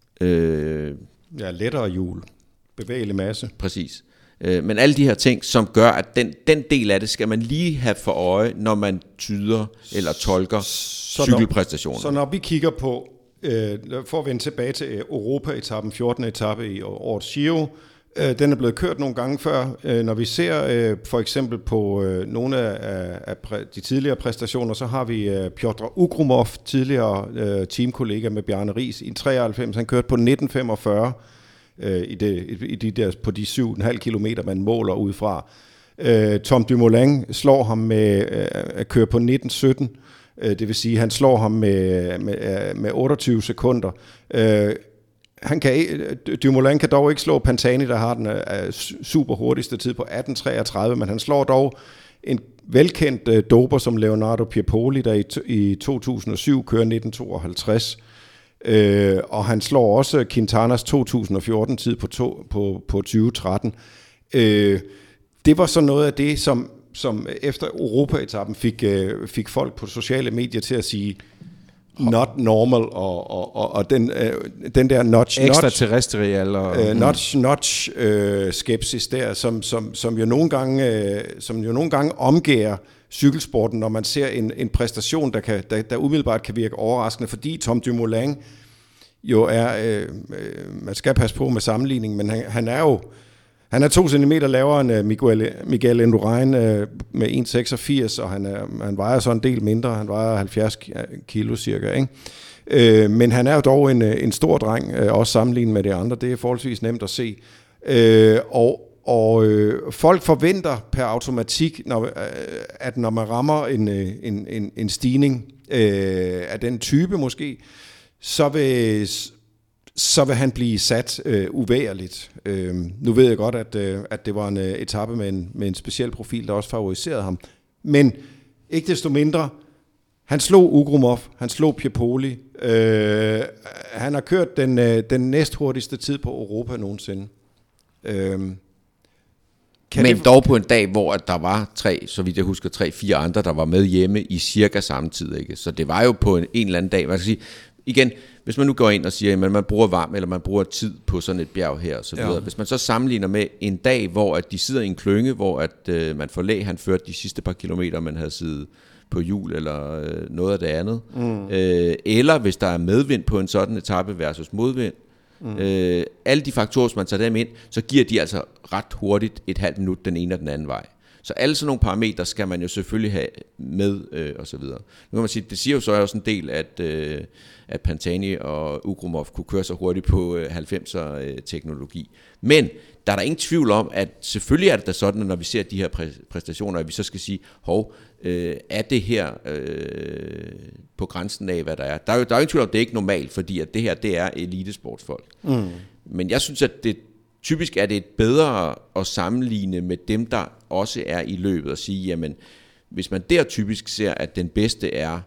Speaker 3: øh,
Speaker 2: ja, lettere hjul, bevægelig masse.
Speaker 3: Præcis. Øh, men alle de her ting, som gør, at den, den del af det skal man lige have for øje, når man tyder eller tolker så cykelpræstationer.
Speaker 2: Når, så når vi kigger på, øh, for at vende tilbage til Europa-etappen, fjortende etape i årets Giro, øh, den er blevet kørt nogle gange før. Øh, når vi ser øh, for eksempel på øh, nogle af, af præ, de tidligere præstationer, så har vi øh, Piotr Ugrumov, tidligere øh, teamkollega med Bjarne Riis i treoghalvfems. Han kørte på nitten femogfyrre øh, i, det, i de der, på de syv komma fem kilometer, man måler ud fra. Øh, Tom Dumoulin slår ham med øh, at køre på nitten sytten. Øh, det vil sige, han slår ham med, med, med otteogtyve sekunder. Øh, Han kan, Dumoulin kan dog ikke slå Pantani, der har den uh, super hurtigste tid på atten treogtredive, men han slår dog en velkendt uh, doper som Leonardo Piepoli, der i, i to tusind og syv kører nitten tooghalvtreds. Uh, og han slår også Quintanas to tusind og fjorten tid på, to, på, på tyve tretten. Uh, det var så noget af det, som, som efter Europa-etappen fik, uh, fik folk på sociale medier til at sige, not normal, og, og, og, og den, øh, den der notch,
Speaker 1: extraterrestrial og
Speaker 2: øh, notch, notch øh, skepsis der, som, som, som, jo nogle gange, øh, som jo nogle gange omgærer cykelsporten, når man ser en, en præstation, der, kan, der, der umiddelbart kan virke overraskende, fordi Tom Dumoulin jo er, øh, øh, man skal passe på med sammenligning, men han, han er jo Han er to centimeter lavere end Miguel, Miguel Indurain øh, med en komma seksogfirs, og han, er, han vejer så en del mindre. Han vejer halvfjerds kilo cirka, ikke? Øh, men han er jo dog en, en stor dreng, øh, også sammenlignet med de andre. Det er forholdsvis nemt at se. Øh, og og øh, folk forventer per automatik, når, øh, at når man rammer en, en, en, en stigning øh, af den type måske, så vil... så vil han blive sat øh, uværligt. Øh, nu ved jeg godt, at, øh, at det var en øh, etape med en, med en speciel profil, der også favoriserede ham. Men ikke desto mindre, han slog Ugrumov, han slog Piepoli. Øh, han har kørt den, den næsthurtigste tid på Europa nogensinde. Øh,
Speaker 3: Men det... dog på en dag, hvor at der var tre, så vidt jeg husker, tre, fire andre, der var med hjemme i cirka samme tid. Ikke? Så det var jo på en, en eller anden dag. Man kan sige, igen, hvis man nu går ind og siger, at man bruger varm, eller man bruger tid på sådan et bjerg her, og så videre. Ja. Hvis man så sammenligner med en dag, hvor at de sidder i en klynge, hvor at øh, man får læg, han førte de sidste par kilometer, man havde siddet på hjul, eller øh, noget af det andet. Mm. Øh, eller hvis der er medvind på en sådan etape versus modvind. Mm. Øh, alle de faktorer, som man tager dem ind, så giver de altså ret hurtigt et halvt minut den ene og den anden vej. Så alle sådan nogle parametre skal man jo selvfølgelig have med, øh, og så videre. Nu kan man sige, det siger jo så også en del, at, øh, at Pantani og Ugrumov kunne køre så hurtigt på øh, halvfemser øh, teknologi. Men der er der ingen tvivl om, at selvfølgelig er det da sådan, at når vi ser de her præ- præstationer, at vi så skal sige, hov, øh, er det her øh, på grænsen af, hvad der er. Der er jo, der er jo ingen tvivl om, at det er ikke normalt, fordi at det her, det er elitesportsfolk. Mm. Men jeg synes, at det typisk er det et bedre at sammenligne med dem, der også er i løbet, og sige, jamen, hvis man der typisk ser, at den bedste er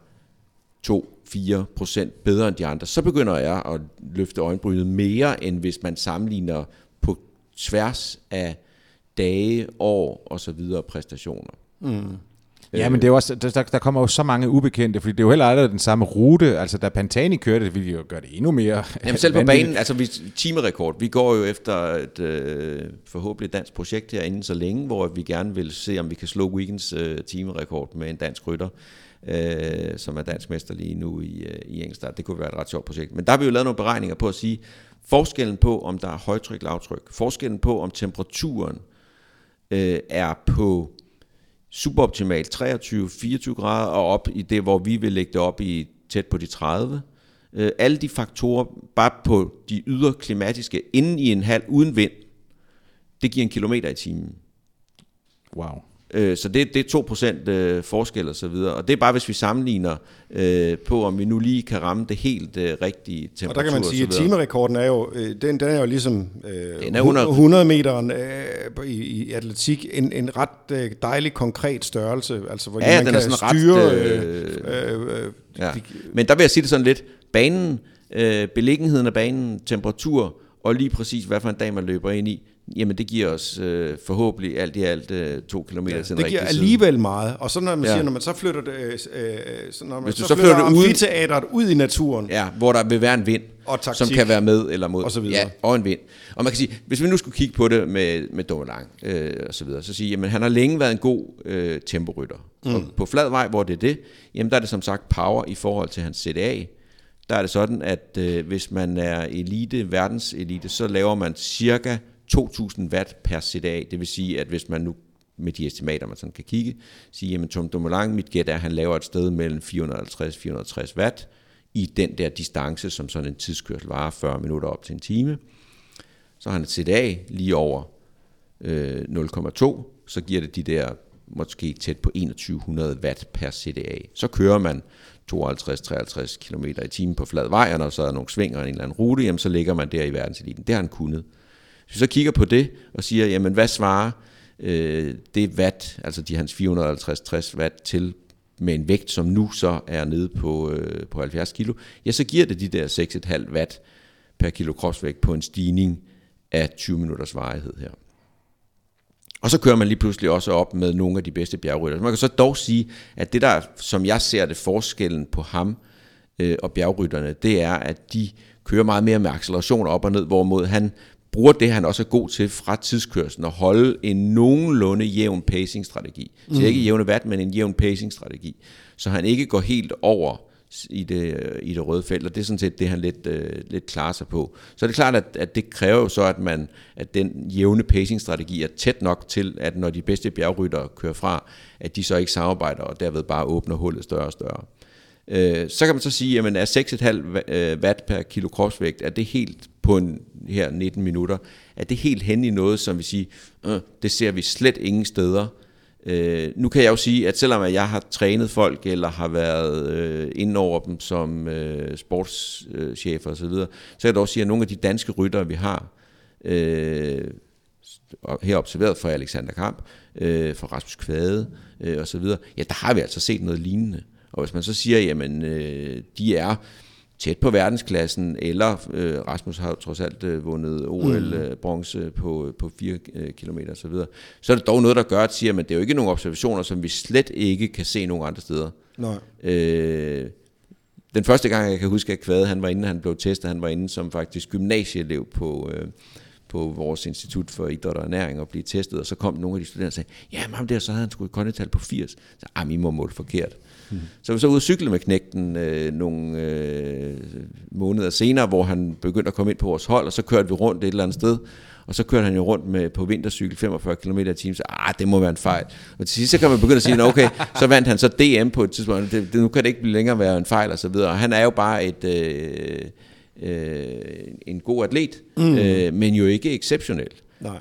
Speaker 3: to til fire procent bedre end de andre, så begynder jeg at løfte øjenbrynet mere, end hvis man sammenligner på tværs af dage, år og så videre præstationer. Mm.
Speaker 1: Ja, men det er også, der, der kommer jo så mange ubekendte, fordi det er jo heller aldrig den samme rute. Altså, da Pantani kørte, det ville jo gøre det endnu mere.
Speaker 3: Jamen selv på banen, altså vi, timerekord, vi går jo efter et øh, forhåbentlig dansk projekt herinde så længe, hvor vi gerne vil se, om vi kan slå Weekends øh, timerekord med en dansk rytter, øh, som er dansk mester lige nu i, øh, i enkeltstart. Det kunne være et ret sjovt projekt. Men der har vi jo lavet nogle beregninger på at sige, forskellen på, om der er højtryk, lavtryk, forskellen på, om temperaturen øh, er på superoptimalt treogtyve til fireogtyve grader og op i det, hvor vi vil lægge det op i tæt på de tredive. Øh, alle de faktorer, bare på de ydre klimatiske, inden i en halv uden vind, det giver en kilometer i timen.
Speaker 1: Wow.
Speaker 3: Øh, så det, det er to procent øh, forskel og så videre. Og det er bare, hvis vi sammenligner øh, på, om vi nu lige kan ramme det helt øh, rigtige temperatur.
Speaker 2: Og der kan man sige, at timerekorden er jo, øh, den, den er jo ligesom øh,
Speaker 3: den er under...
Speaker 2: hundrede meteren øh, i, i atletik, en, en ret øh, dejlig konkret størrelse, altså hvor
Speaker 3: ja,
Speaker 2: man
Speaker 3: den
Speaker 2: kan
Speaker 3: er
Speaker 2: styre...
Speaker 3: Ret, øh, øh, øh, ja. de, Men der vil jeg sige det sådan lidt, banen, øh, beliggenheden af banen, temperatur, og lige præcis hvad for en dag man løber ind i, jamen det giver os øh, forhåbentlig alt i alt øh, to kilometer ja, til den rigtige side.
Speaker 2: Det giver alligevel meget. Og så når man ja. siger, når man så flytter det, øh, så når man
Speaker 3: Hvis
Speaker 2: så,
Speaker 3: så
Speaker 2: flytter,
Speaker 3: flytter
Speaker 2: amfiteateret ud, ud i naturen.
Speaker 3: Ja, hvor der vil være en vind, som kan være med eller mod.
Speaker 2: Og så videre.
Speaker 3: Ja, og en vind. Og man kan sige, hvis vi nu skulle kigge på det med, med Dumoulin øh, og så videre, så sige, jamen han har længe været en god øh, temporytter. Mm. Og på flad vej, hvor det er det, jamen der er det som sagt power i forhold til hans C D A. Der er det sådan, at øh, hvis man er elite, verdenselite, så laver man cirka to tusind watt per C D A. Det vil sige, at hvis man nu med de estimater, man sådan kan kigge, sige, jamen Tom Dumoulin, mit gæt er, at han laver et sted mellem fire hundrede og halvtreds til fire hundrede og tres watt i den der distance, som sådan en tidskørsel varer fyrre minutter op til en time. Så har han et C D A lige over øh, nul komma to, så giver det de der måske tæt på enogtyve hundrede watt per C D A. Så kører man tooghalvtreds til treoghalvtreds kilometer i timen på flad vej, og når så er nogle svinger i en eller anden rute, jamen så ligger man der i verdenseliten. Det har han kunnet. Hvis vi så kigger på det og siger, jamen hvad svarer øh, det watt, altså de hans fire hundrede og halvtreds til tres watt til med en vægt, som nu så er nede på, øh, på halvfjerds kilo, ja så giver det de der seks komma fem watt per kilo kropsvægt på en stigning af tyve minutters varighed her. Og så kører man lige pludselig også op med nogle af de bedste bjergrytter. Man kan så dog sige, at det der, som jeg ser det, forskellen på ham øh, og bjergrytterne, det er, at de kører meget mere med acceleration op og ned, hvorimod han bruger det, han også er god til fra tidskørslen, at holde en nogenlunde jævn pacing-strategi. Så mm. ikke jævne watt, men en jævn pacing-strategi. Så han ikke går helt over i det, i det røde felt, og det er sådan set det, han lidt, øh, lidt klarer sig på. Så er det klart, at, at det kræver jo så, at, man, at den jævne pacing-strategi er tæt nok til, at når de bedste bjergryttere kører fra, at de så ikke samarbejder, og derved bare åbner hullet større og større. Øh, så kan man så sige, at er seks komma fem watt per kilo kropsvægt, er det helt på en, her nitten minutter, er det helt hen i noget, som vi siger, øh, det ser vi slet ingen steder. Øh, nu kan jeg jo sige, at selvom jeg har trænet folk, eller har været øh, inde over dem som øh, sportschefer osv., så kan jeg dog sige, at nogle af de danske ryttere, vi har, øh, her observeret fra Alexander Kamp, øh, fra Rasmus Kvade øh, osv., ja, der har vi altså set noget lignende. Og hvis man så siger, jamen, øh, de er tæt på verdensklassen, eller øh, Rasmus har jo trods alt øh, vundet O L-bronze mm. på, på fire øh, kilometer osv., så, så er det dog noget, der gør, at siger, men det er jo ikke nogle observationer, som vi slet ikke kan se nogen andre steder.
Speaker 2: Nej.
Speaker 3: Øh, den første gang, jeg kan huske, at Kvade, han var inde, han blev testet, han var inde som faktisk gymnasieelev på... Øh, på vores Institut for Idræt og Ernæring og blive testet, og så kom nogle af de studerende og sagde, ja, men der, så havde han sgu et kondital på firs. Så, ah, I må måle forkert. Hmm. Så vi så ude og cykle med knægten øh, nogle øh, måneder senere, hvor han begyndte at komme ind på vores hold, og så kørte vi rundt et eller andet sted, og så kørte han jo rundt med, på vintercykel femogfyrre kilometer i timen, så ah, det må være en fejl. Og til sidst så kan man begynde at sige, okay, så vandt han så D M på et tidspunkt, det, det, nu kan det ikke længere være en fejl, og så videre. Og han er jo bare et... Øh, Øh, en god atlet, mm. øh, men jo ikke exceptionel.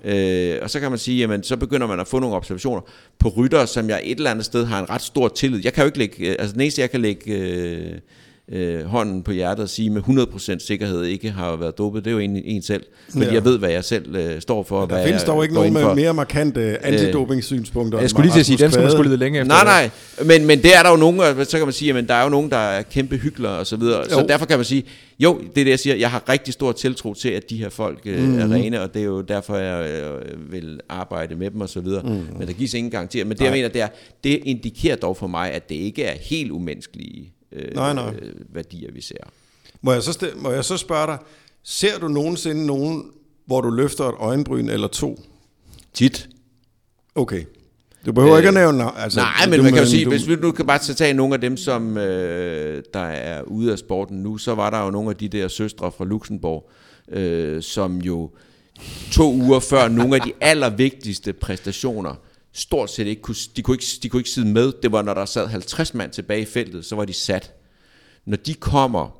Speaker 3: Øh, og så kan man sige, jamen så begynder man at få nogle observationer på ryttere, som jeg et eller andet sted har en ret stor tillid. Jeg kan jo ikke lægge, altså den eneste jeg kan lægge øh, øh, hånden på hjertet og sige med hundrede procent sikkerhed ikke har været dopet, det er jo en, en selv. Men ja. Jeg ved, hvad jeg selv øh, står for.
Speaker 2: Der findes dog ikke nogen med mere markante antidoping-synspunkter.
Speaker 1: Jeg skulle lige til at sige, den skulle man skulle lide længe efter.
Speaker 3: Nej, nej, men, men det er der jo nogen, og så kan man sige, at der er jo nogen, der er kæmpe hyklere og så videre. Så derfor kan man sige, jo, det er det, jeg siger, jeg har rigtig stor tiltro til, at de her folk øh, mm. er rene, og det er jo derfor, jeg øh, vil arbejde med dem og så videre. Mm. Men der gives ingen garantier. Men det, jeg mener, det, er, det indikerer dog for mig, at det ikke er helt umenneskelige øh, nej, nej. Øh, værdier, vi ser.
Speaker 2: Må jeg, så st- må jeg så spørge dig, ser du nogensinde nogen, hvor du løfter et øjenbryn eller to?
Speaker 3: Tit.
Speaker 2: Okay. Du behøver øh, ikke at nævne... Altså,
Speaker 3: nej, men man kan jo sige, du, hvis vi nu kan bare tage nogle af dem, som øh, der er ude af sporten nu, så var der jo nogle af de der søstre fra Luxembourg, øh, som jo to uger før nogle af de allervigtigste præstationer, stort set ikke kunne, de kunne ikke, de kunne ikke sidde med. Det var, når der sad halvtreds mand tilbage i feltet, så var de sat. Når de kommer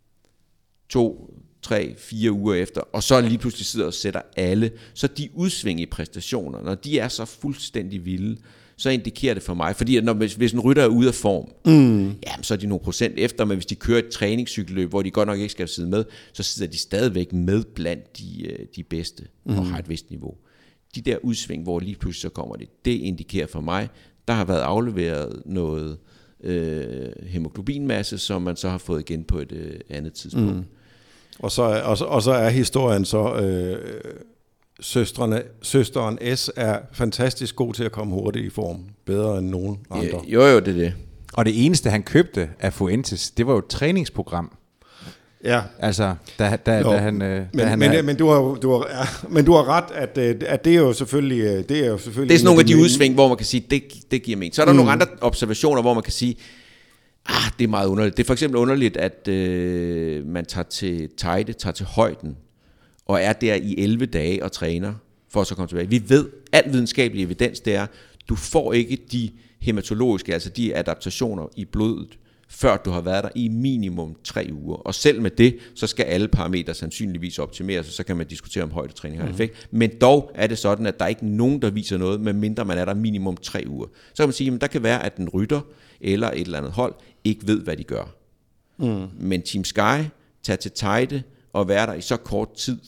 Speaker 3: to, tre, fire uger efter, og så lige pludselig sidder og sætter alle, så de udsving i præstationer, når de er så fuldstændig vilde, så indikerer det for mig, fordi når, hvis, hvis en rytter er ude af form, mm. jamen, så er de nogle procent efter, men hvis de kører et træningscykelløb, hvor de godt nok ikke skal sidde med, så sidder de stadigvæk med blandt de, de bedste, mm. og har et vist niveau. De der udsving, hvor lige pludselig så kommer det, det indikerer for mig, der har været afleveret noget øh, hemoglobinmasse, som man så har fået igen på et øh, andet tidspunkt. Mm.
Speaker 2: Og så, og, så, og så er historien så, øh, søstrene, søsteren S er fantastisk god til at komme hurtigt i form. Bedre end nogen andre.
Speaker 3: Jo, jo, det er det.
Speaker 1: Og det eneste, han købte af Fuentes, det var jo et træningsprogram.
Speaker 2: Ja.
Speaker 1: Altså, da, da, da han... Øh,
Speaker 2: men,
Speaker 1: da han
Speaker 2: men,
Speaker 1: er,
Speaker 2: men, du har, du har, ja, men du har ret, at, at det er jo selvfølgelig... Det er, jo selvfølgelig
Speaker 3: det er sådan nogle af de udsving, hvor man kan sige, det, det giver mening. Så er der mm. nogle andre observationer, hvor man kan sige, ah, det er meget underligt. Det er for eksempel underligt, at øh, man tager til Teide, tager til højden, og er der i elleve dage og træner, for at så komme tilbage. Vi ved, al videnskabelig evidens, det er, du får ikke de hematologiske, altså de adaptationer i blodet, før du har været der i minimum tre uger. Og selv med det, så skal alle parametre sandsynligvis optimeres, og så kan man diskutere, om højdetræning har en effekt. Men dog er det sådan, at der er ikke nogen, der viser noget, medmindre man er der minimum tre uger. Så kan man sige, at der kan være, at den rytter eller et eller andet hold ikke ved, hvad de gør. Mm. Men Team Sky tager til Teide og være der i så kort tid,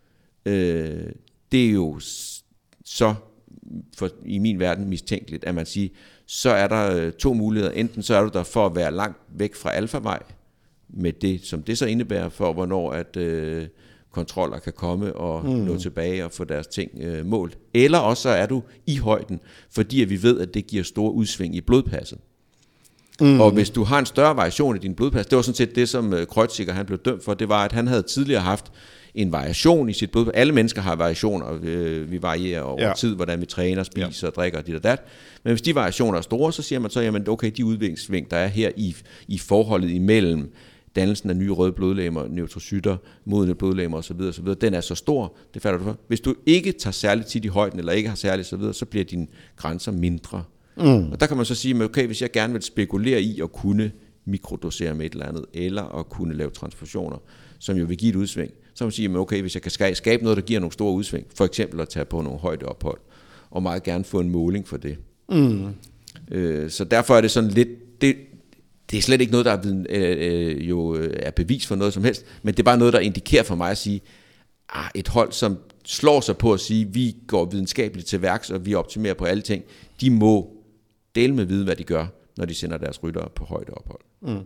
Speaker 3: øh, det er jo så for, i min verden mistænkeligt, at man siger, så er der to muligheder. Enten så er du der for at være langt væk fra alfavej, med det, som det så indebærer for, hvornår at øh, kontroller kan komme og mm. nå tilbage og få deres ting øh, målt. Eller også så er du i højden, fordi at vi ved, at det giver store udsving i blodpasset. Mm. Og hvis du har en større variation i din blodpas, det var sådan set det, som Kreuziger han blev dømt for, det var, at han havde tidligere haft en variation i sit blodpas. Alle mennesker har variationer, vi varierer over ja. tid, hvordan vi træner, spiser, ja. drikker, dit og dat. Men hvis de variationer er store, så siger man så, jamen okay, de udviklingssving, der er her i, i forholdet imellem dannelsen af nye røde blodlegemer, neutrocytter, modne blodlegemer osv., osv., den er så stor, det falder du for. Hvis du ikke tager særligt tit i højden, eller ikke har særligt så videre, så bliver dine grænser mindre. Mm. Og der kan man så sige, okay, hvis jeg gerne vil spekulere i at kunne mikrodosere med et eller andet, eller at kunne lave transfusioner, som jo vil give et udsving, så kan man sige, okay, hvis jeg kan skabe noget, der giver nogle store udsving, for eksempel at tage på nogle højdeophold, og meget gerne få en måling for det. Mm. Øh, så derfor er det sådan lidt, det, det er slet ikke noget, der er, øh, øh, jo er bevis for noget som helst, men det er bare noget, der indikerer for mig at sige, ah, et hold som slår sig på at sige, at vi går videnskabeligt til værks, og vi optimerer på alle ting, de må dele med vide, hvad de gør, når de sender deres ryttere på højdeophold. Mm.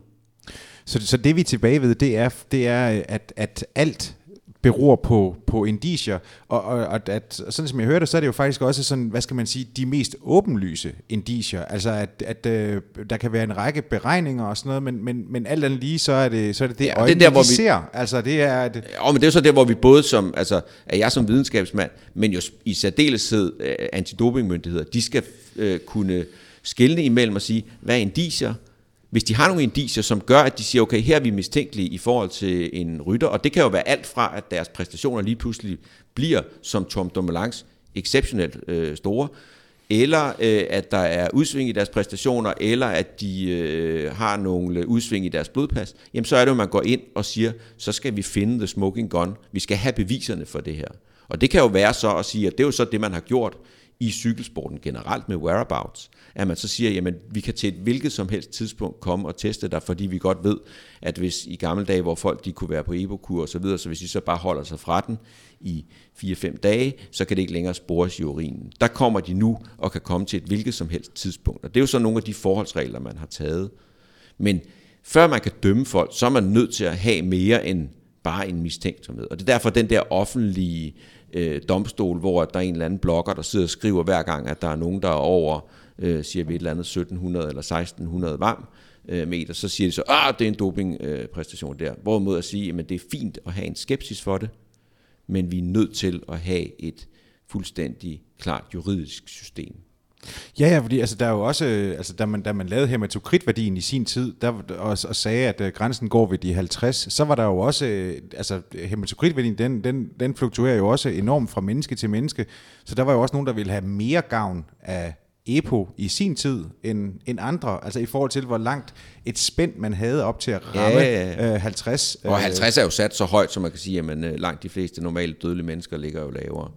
Speaker 1: Så, så det vi er tilbage ved, det er, det er at, at alt beror på, på indicier, og, og, og at, sådan som jeg hørte, så er det jo faktisk også sådan, hvad skal man sige, de mest åbenlyse indicier, altså at, at øh, der kan være en række beregninger og sådan noget, men, men, men alt andet lige, så er det så er det, det
Speaker 3: ja,
Speaker 1: øjne,
Speaker 3: det er der, hvor
Speaker 1: de
Speaker 3: vi
Speaker 1: ser, altså det er... Det...
Speaker 3: Ja, men det er jo så der, hvor vi både som, altså er jeg som videnskabsmand, men jo i særdeleshed øh, antidopingmyndigheder, de skal øh, kunne skelne imellem og sige, hvad er indicier? Hvis de har nogle indicier, som gør, at de siger, okay, her er vi mistænkelige i forhold til en rytter, og det kan jo være alt fra, at deres præstationer lige pludselig bliver, som Tom Dumoulin's, exceptionelt øh, store, eller øh, at der er udsving i deres præstationer, eller at de øh, har nogle udsving i deres blodpas, jamen så er det jo, man går ind og siger, så skal vi finde the smoking gun, vi skal have beviserne for det her. Og det kan jo være så at sige, at det er jo så det, man har gjort i cykelsporten generelt med whereabouts, at man så siger, jamen vi kan til et hvilket som helst tidspunkt komme og teste dig, fordi vi godt ved, at hvis i gamle dage, hvor folk de kunne være på Epo-kur og så videre, så hvis de så bare holder sig fra den i fire fem dage, så kan det ikke længere spores i urinen. Der kommer de nu og kan komme til et hvilket som helst tidspunkt. Og det er jo så nogle af de forholdsregler, man har taget. Men før man kan dømme folk, så er man nødt til at have mere end bare en mistænksomhed. Og det er derfor den der offentlige øh, domstol, hvor der er en eller anden blogger, der sidder og skriver hver gang, at der er nogen, der er over, øh, siger vi et eller andet sytten hundrede eller seksten hundrede varm øh, meter, så siger de så, ah, det er en dopingpræstation øh, der. Hvorimod at sige, at det er fint at have en skepsis for det, men vi er nødt til at have et fuldstændig klart juridisk system.
Speaker 1: Ja, ja, fordi altså, der er jo også, altså, da, man, da man lavede hematokritværdien i sin tid, der, og, og sagde, at uh, grænsen går ved de halvtreds, så var der jo også, uh, altså hematokritværdien, den, den, den fluktuerer jo også enormt fra menneske til menneske, så der var jo også nogen, der ville have mere gavn af E P O i sin tid end, end andre, altså i forhold til, hvor langt et spænd man havde op til at ramme ja, ja, ja. Uh, halvtreds.
Speaker 3: Og halvtreds er jo sat så højt, så man kan sige, at man, langt de fleste normale dødelige mennesker ligger jo lavere.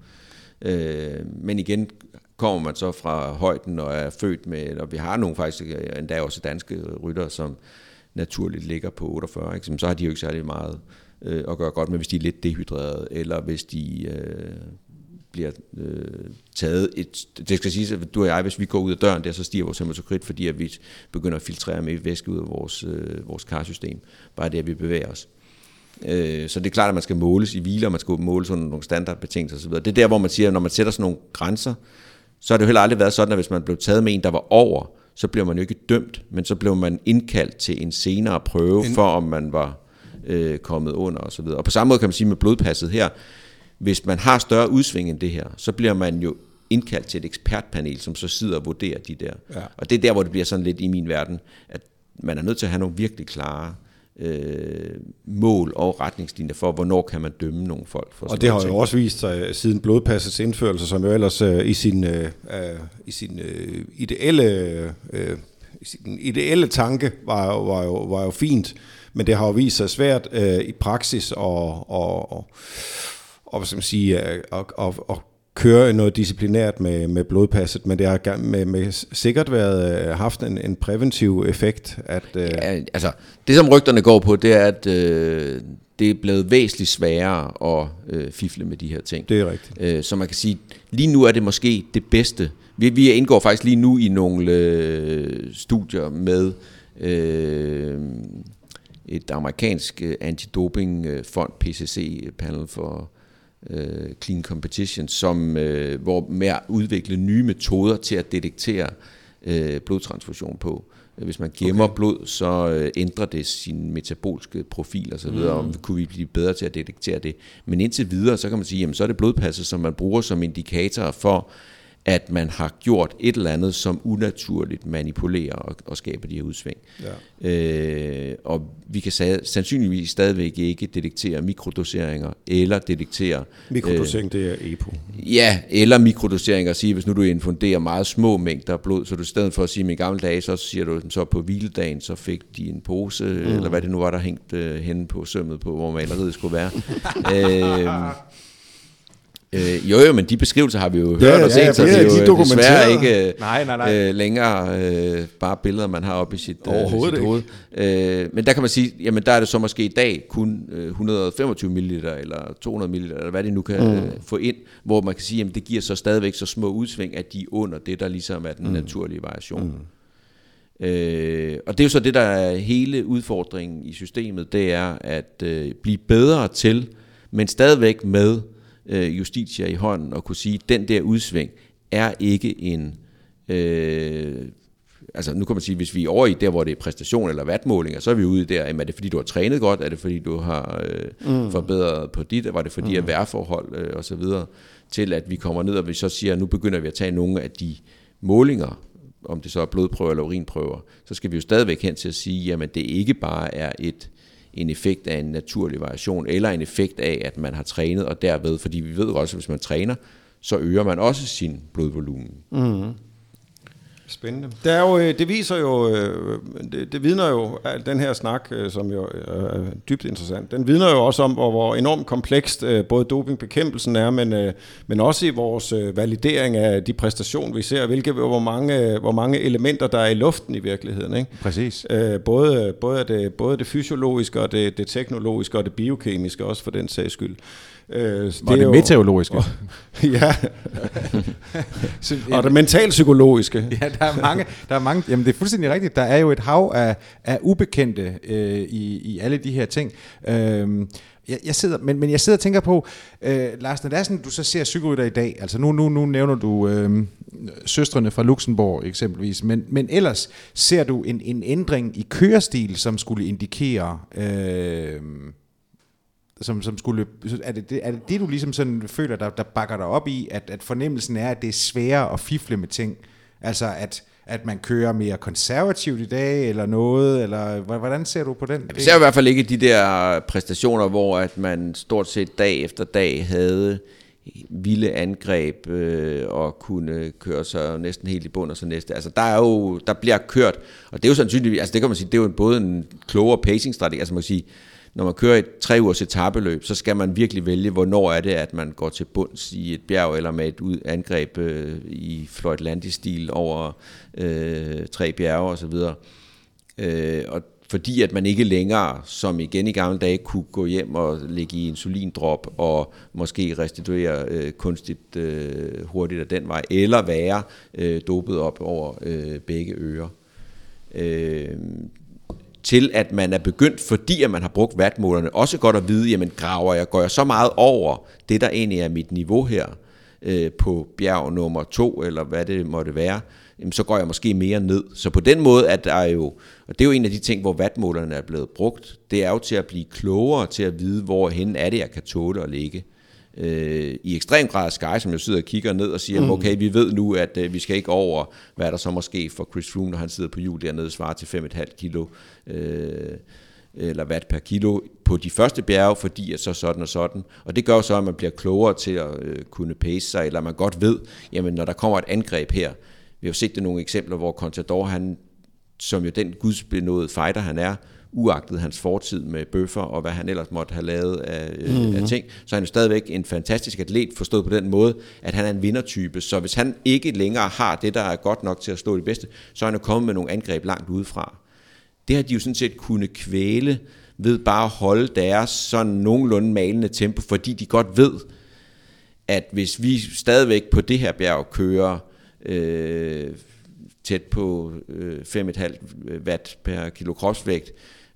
Speaker 3: Uh, men igen, kommer man så fra højden og er født med, og vi har nogle faktisk endda også danske ryttere, som naturligt ligger på otteogfyrre, ikke? Så har de jo ikke særlig meget øh, at gøre godt med, hvis de er lidt dehydrerede, eller hvis de øh, bliver øh, taget et, det skal siges, at du og jeg, hvis vi går ud af døren der, så stiger vores hematokrit, fordi at vi begynder at filtrere med væske ud af vores, øh, vores karsystem, bare det, at vi bevæger os. Øh, så det er klart, at man skal måles i hvile, og man skal måles under nogle standardbetingelser osv. Det er der, hvor man siger, at når man sætter sådan nogle grænser, så har det jo heller aldrig været sådan, at hvis man blev taget med en, der var over, så blev man jo ikke dømt, men så blev man indkaldt til en senere prøve, for om man var øh, kommet under og så videre. Og på samme måde kan man sige med blodpasset her, hvis man har større udsving end det her, så bliver man jo indkaldt til et ekspertpanel, som så sidder og vurderer de der. Ja. Og det er der, hvor det bliver sådan lidt i min verden, at man er nødt til at have nogle virkelig klare Øh, mål og retningslinjer for, hvornår kan man dømme nogle folk. For
Speaker 2: og det har jo også vist sig siden blodpassets indførelse, som jo ellers øh, i sin, øh, i sin øh, ideelle øh, i sin ideelle tanke var jo, var, jo, var jo fint, men det har jo vist sig svært øh, i praksis og, og, og, og hvad skal man sige, at, at, at, at køre noget disciplinært med, med blodpasset, men det har med, med sikkert været haft en, en præventiv effekt. At,
Speaker 3: ja, altså, det som rygterne går på, det er, at øh, det er blevet væsentligt sværere at øh, fifle med de her ting.
Speaker 2: Det er rigtigt.
Speaker 3: Øh, så man kan sige, lige nu er det måske det bedste. Vi, vi indgår faktisk lige nu i nogle øh, studier med øh, et amerikansk antidopingfond, P C C, Panel for Clean Competition, som, øh, hvor med at udvikle nye metoder til at detektere øh, blodtransfusion på. Hvis man gemmer okay. blod, så øh, ændrer det sin metabolske profil og så videre, mm. og kunne vi blive bedre til at detektere det. Men indtil videre, så kan man sige, jamen, så er det blodpasset, som man bruger som indikator for, at man har gjort et eller andet, som unaturligt manipulerer og, og skaber de her udsving. Ja. Øh, og vi kan sandsynligvis stadigvæk ikke detektere mikrodoseringer, eller detektere...
Speaker 2: Mikrodosering, øh, det er E P O.
Speaker 3: Ja, eller mikrodoseringer at sige, hvis nu du infunderer meget små mængder blod, så du i stedet for at sige, at i gamle dage, så siger du, så på hviledagen, så fik de en pose, mm. eller hvad det nu var, der hængt øh, henne på sømmet på, hvor maleriet skulle være. øh, Øh, jo jo, men de beskrivelser har vi jo
Speaker 2: ja,
Speaker 3: hørt og set,
Speaker 2: ja,
Speaker 3: så
Speaker 2: ja,
Speaker 3: det er
Speaker 2: de
Speaker 3: jo desværre ikke
Speaker 1: nej, nej, nej.
Speaker 3: Øh, længere øh, bare billeder, man har oppe i sit, øh, sit hoved.
Speaker 2: Øh,
Speaker 3: men der kan man sige, jamen der er det så måske i dag kun øh, et hundrede og femogtyve milliliter eller to hundrede milliliter, eller hvad det nu kan mm. øh, få ind, hvor man kan sige, jamen det giver så stadigvæk så små udsving, at de er under det, der ligesom er den mm. naturlige variation. Mm. Øh, og det er jo så det, der er hele udfordringen i systemet, det er at øh, blive bedre til, men stadigvæk med Justitia i hånden og kunne sige, at den der udsving er ikke en, øh, altså nu kan man sige, hvis vi er over i der, hvor det er præstation eller wattmålinger, så er vi ude der, jamen, er det fordi du har trænet godt, er det fordi du har øh, mm. forbedret på dit, var det fordi mm. af vejrforhold øh, og så videre, til at vi kommer ned, og vi så siger, at nu begynder vi at tage nogle af de målinger, om det så er blodprøver eller urinprøver, så skal vi jo stadigvæk hen til at sige, jamen det ikke bare er et en effekt af en naturlig variation, eller en effekt af, at man har trænet, og derved, fordi vi ved også, at hvis man træner, så øger man også sin blodvolumen.
Speaker 2: Mm-hmm. Spændende. Det, er jo, det viser jo, det, det vidner jo, at den her snak, som jo er dybt interessant, den vidner jo også om, hvor, hvor enormt komplekst både dopingbekæmpelsen er, men, men også i vores validering af de præstationer, vi ser, hvilke, hvor, mange, hvor mange elementer, der er i luften i virkeligheden. Ikke?
Speaker 1: Præcis.
Speaker 2: Både, både, det, både det fysiologiske, og det, det teknologiske, og det biokemiske også for den sags skyld.
Speaker 1: Øh, det og det jo, meteorologiske.
Speaker 2: Og, ja. Så, og det mentalpsykologiske.
Speaker 1: Ja, der er mange, der er mange, jamen det er fuldstændig rigtigt, der er jo et hav af, af ubekendte øh, i, i alle de her ting. Øh, jeg, jeg sidder, men, men jeg sidder og tænker på, øh, Lars, når det er sådan, du så ser cykelrytter i dag, altså nu, nu, nu nævner du øh, søstrene fra Luxembourg eksempelvis, men, men ellers ser du en, en ændring i kørestil, som skulle indikere... Øh, Som, som skulle, er, det, er det det, du ligesom sådan føler, der, der bakker dig op i, at, at fornemmelsen er, at det er sværere at fifle med ting? Altså, at, at man kører mere konservativt i dag, eller noget, eller hvordan ser du på den?
Speaker 3: Jeg ser i hvert fald ikke de der præstationer, hvor at man stort set dag efter dag havde vilde angreb øh, og kunne køre sig næsten helt i bund og så næste. Altså der er jo, der bliver kørt, og det er jo sandsynligvis, altså det kan man sige, det er jo både en klogere pacing-strategi, altså man kan sige, når man kører et tre ugers etapeløb, så skal man virkelig vælge, hvornår er det, at man går til bunds i et bjerg, eller med et angreb øh, i Floyd Landis-stil over øh, tre bjerge og så videre. Øh, og fordi at man ikke længere, som igen i gamle dage, kunne gå hjem og lægge i insulindrop og måske restituere øh, kunstigt øh, hurtigt af den vej, eller være øh, dopet op over øh, begge ører. Øh, til at man er begyndt, fordi at man har brugt wattmålerne, også godt at vide, jamen graver jeg, går jeg så meget over det, der egentlig er mit niveau her, øh, på bjerg nummer to, eller hvad det måtte være, jamen, så går jeg måske mere ned. Så på den måde, at der er jo, og det er jo en af de ting, hvor wattmålerne er blevet brugt, det er jo til at blive klogere, til at vide, hvorhen er det, jeg kan tåle at ligge. Øh, I ekstrem grad Sky, som jo sidder og kigger ned og siger, mm. okay, vi ved nu, at øh, vi skal ikke over, hvad der så måske for Chris Froome, når han sidder på hjul dernede, svarer til fem komma fem kilo, øh, eller watt per kilo på de første bjerge, fordi at så sådan og sådan. Og det gør jo så, at man bliver klogere til at øh, kunne pace sig, eller man godt ved, jamen når der kommer et angreb her, vi har jo set det nogle eksempler, hvor Contador, han, som jo den gudsbenåede fighter han er, uagtet hans fortid med bøffer og hvad han ellers måtte have lavet af, mm-hmm. af ting, så er han jo stadigvæk en fantastisk atlet, forstået på den måde, at han er en vindertype. Så hvis han ikke længere har det, der er godt nok til at slå det bedste, så er han jo kommet med nogle angreb langt udefra. Det har de jo sådan set kunne kvæle ved bare at holde deres sådan nogenlunde malende tempo, fordi de godt ved, at hvis vi stadigvæk på det her bjerg kører øh, tæt på øh, fem komma fem watt per kilo kropsvægt,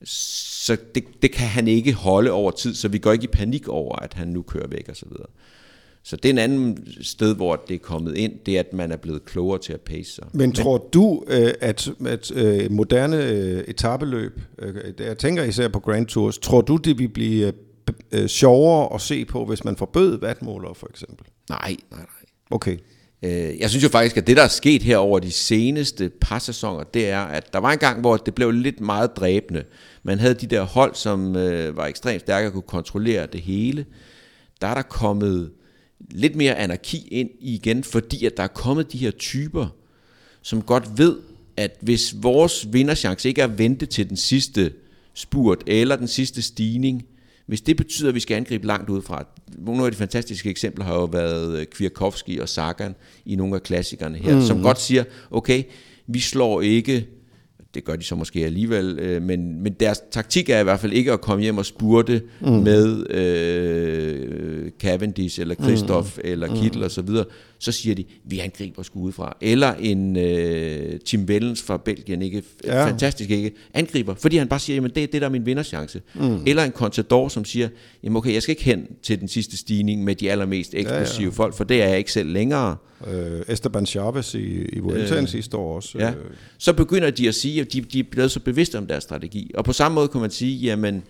Speaker 3: så det, det kan han ikke holde over tid, så vi går ikke i panik over, at han nu kører væk og så videre. Så det er en anden sted, hvor det er kommet ind, det er, at man er blevet klogere til at pace sig.
Speaker 2: Men tror du, at, at moderne etapeløb, jeg tænker især på Grand Tours, tror du, det vil blive sjovere at se på, hvis man forbød wattmålere for eksempel?
Speaker 3: Nej, nej, nej.
Speaker 2: Okay.
Speaker 3: Jeg synes jo faktisk, at det, der er sket her over de seneste par sæsoner, det er, at der var en gang, hvor det blev lidt meget dræbende. Man havde de der hold, som øh, var ekstremt stærke og kunne kontrollere det hele. Der er der kommet lidt mere anarki ind igen, fordi at der er kommet de her typer, som godt ved, at hvis vores vinderchance ikke er at vente til den sidste spurt eller den sidste stigning, Hvis det betyder, at vi skal angribe langt udefra, nogle af de fantastiske eksempler har jo været Kwiatkowski og Sagan i nogle af klassikerne her, mm. som godt siger, okay, vi slår ikke, det gør de så måske alligevel, øh, men, men deres taktik er i hvert fald ikke at komme hjem og spurte mm. med øh, Cavendish eller Kristoff mm. eller Kittel mm. og så videre. Så siger de, vi angriber sgu udefra. Eller en øh, Tim Wellens fra Belgien, ikke? Ja. Fantastisk ikke? Angriber, fordi han bare siger, jamen det er det, der er min vinderchance. Mm. Eller en Contador, som siger, jamen okay, jeg skal ikke hen til den sidste stigning med de allermest eksplosive ja, ja. folk, for det er jeg ikke selv længere.
Speaker 2: Øh, Esteban Chavez i, i Vueltaen øh, sidste år også.
Speaker 3: Ja. Så begynder de at sige, at de, de er blevet så bevidste om deres strategi. Og på samme måde kan man sige, jamen,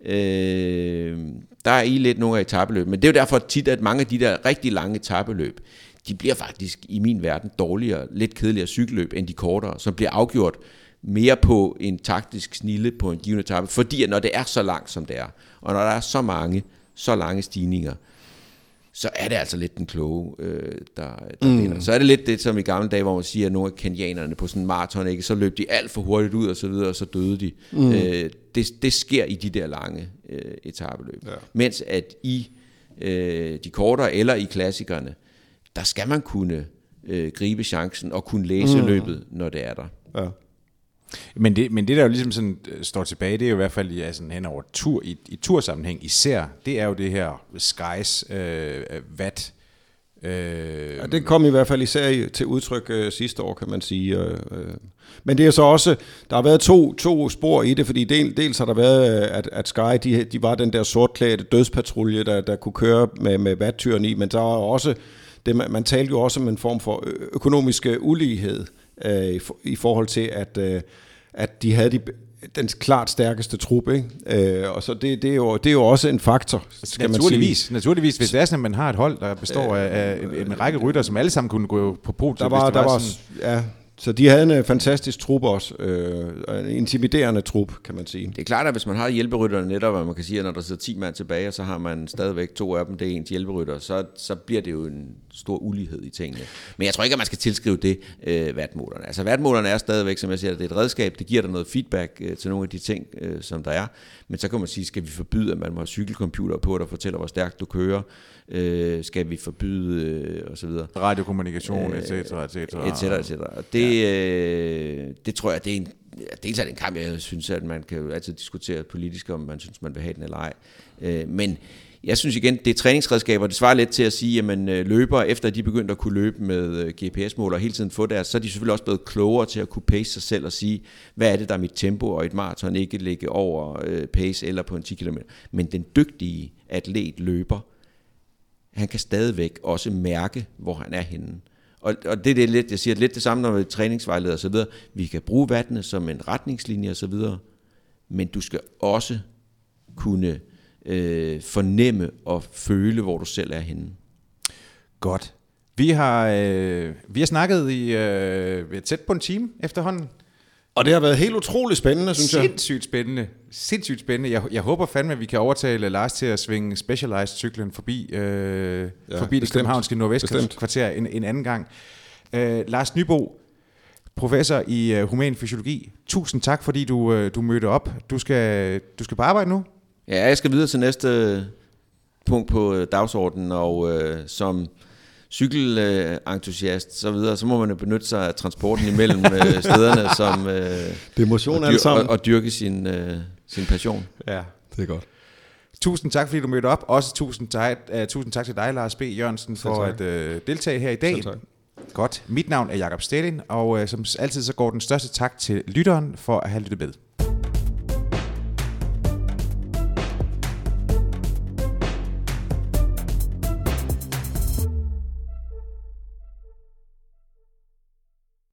Speaker 3: øh, der er i lidt nogle af etapeløb, men det er jo derfor tit, at mange af de der rigtig lange etapeløb, de bliver faktisk i min verden dårligere, lidt kedeligere cykelløb end de kortere, som bliver afgjort mere på en taktisk snille på en given etape, fordi når det er så langt som det er, og når der er så mange, så lange stigninger, så er det altså lidt den kloge, øh, der, der mm. vinder. Så er det lidt det, som i gamle dage, hvor man siger, at nogle af kenianerne på sådan en maraton, ikke, så løb de alt for hurtigt ud, og så videre, og så døde de. Mm. Øh, det, det sker i de der lange øh, etapeløb. Ja. Mens at i øh, de kortere, eller i klassikerne, der skal man kunne øh, gribe chancen, og kunne læse mm. løbet, når det er der. Ja.
Speaker 1: Men det, men det der jo ligesom sådan står tilbage, det er jo i hvert fald ja, sådan hen over tur, i, i tursammenhæng især, det er jo det her Skies øh, watt. Øh,
Speaker 2: ja, det kom i hvert fald især til udtryk øh, sidste år, kan man sige. Øh, øh. Men det er så også, der har været to, to spor i det, fordi del, dels har der været, at, at Sky, de, de var den der sortklædte dødspatrulje, der, der kunne køre med, med watttyren i, men der var også, det, man, man talte jo også om en form for økonomisk ulighed, øh, i, for, i forhold til, at, øh, at de havde de, den klart stærkeste trup, ikke? Øh, og så det, det, er jo, det er jo også en faktor, skal
Speaker 1: naturligvis,
Speaker 2: man sige.
Speaker 1: Naturligvis, hvis det er sådan, at man har et hold, der består øh, af en, en række rytter, som alle sammen kunne gå på podium.
Speaker 2: Der var,
Speaker 1: der
Speaker 2: der
Speaker 1: var,
Speaker 2: var
Speaker 1: sådan,
Speaker 2: ja, så de havde en fantastisk trup også, øh, en intimiderende trup, kan man sige.
Speaker 3: Det er klart, at hvis man har hjælperytterne netop, at man kan sige, at når der sidder ti mand tilbage, og så har man stadigvæk to af dem, det er ens hjælperytter, så, så bliver det jo en stor ulighed i tingene. Men jeg tror ikke, at man skal tilskrive det øh, wattmålerne. Altså wattmålerne er stadigvæk, som jeg siger, det er et redskab, det giver dig noget feedback øh, til nogle af de ting, øh, som der er. Men så kan man sige, skal vi forbyde, at man må have cykelcomputer på, der fortæller, hvor stærkt du kører? Øh, skal vi forbyde øh, og så videre.
Speaker 1: Radiokommunikation, et cetera, et cetera.
Speaker 3: Et cetera, et cetera. Det, ja. øh, det tror jeg, det er en, dels er det en kamp, jeg synes, at man kan jo altid diskutere politisk, om man synes, man vil have den eller ej. Øh, men jeg synes igen, det er træningsredskaber, det svarer lidt til at sige, at løbere, efter de begyndte at kunne løbe med G P S-måler og hele tiden få deres, så er de selvfølgelig også blevet klogere til at kunne pace sig selv og sige, hvad er det, der er mit tempo, og et maraton ikke ligge over øh, pace eller på en ti kilometer. Men den dygtige atlet løber, han kan stadigvæk også mærke, hvor han er henne. Og, og det er det lidt, jeg siger lidt det samme, når vi er træningsvejleder og så videre. Vi kan bruge vattene som en retningslinje og så videre, men du skal også kunne øh, fornemme og føle, hvor du selv er henne.
Speaker 1: Godt. Vi har, øh, vi har snakket i øh, tæt på en time efterhånden.
Speaker 2: Og det har været helt utroligt spændende, synes jeg.
Speaker 1: Sindssygt spændende. Sindssygt spændende. Jeg, jeg håber fandme, at vi kan overtale Lars til at svinge Specialized-cyklen forbi, øh, ja, forbi det københavnske nordvestkvarter en, en anden gang. Øh, Lars Nybo, professor i uh, human fysiologi. Tusind tak, fordi du, uh, du mødte op. Du skal, du skal på arbejde nu?
Speaker 3: Ja, jeg skal videre til næste punkt på dagsordenen, og uh, som cykelentusiast, så videre, så må man jo benytte sig af transporten imellem stederne, som øh,
Speaker 2: det er motion
Speaker 3: og, dyr, og, og dyrke sin, øh, sin passion.
Speaker 2: Ja, det er godt.
Speaker 1: Tusind tak, fordi du mødte op. Også tusind tak, uh, tusind tak til dig, Lars B. Jørgensen, for at uh, deltage her i dag. Godt. Mit navn er Jakob Stelin, og uh, som altid så går den største tak til lytteren for at have lyttet med.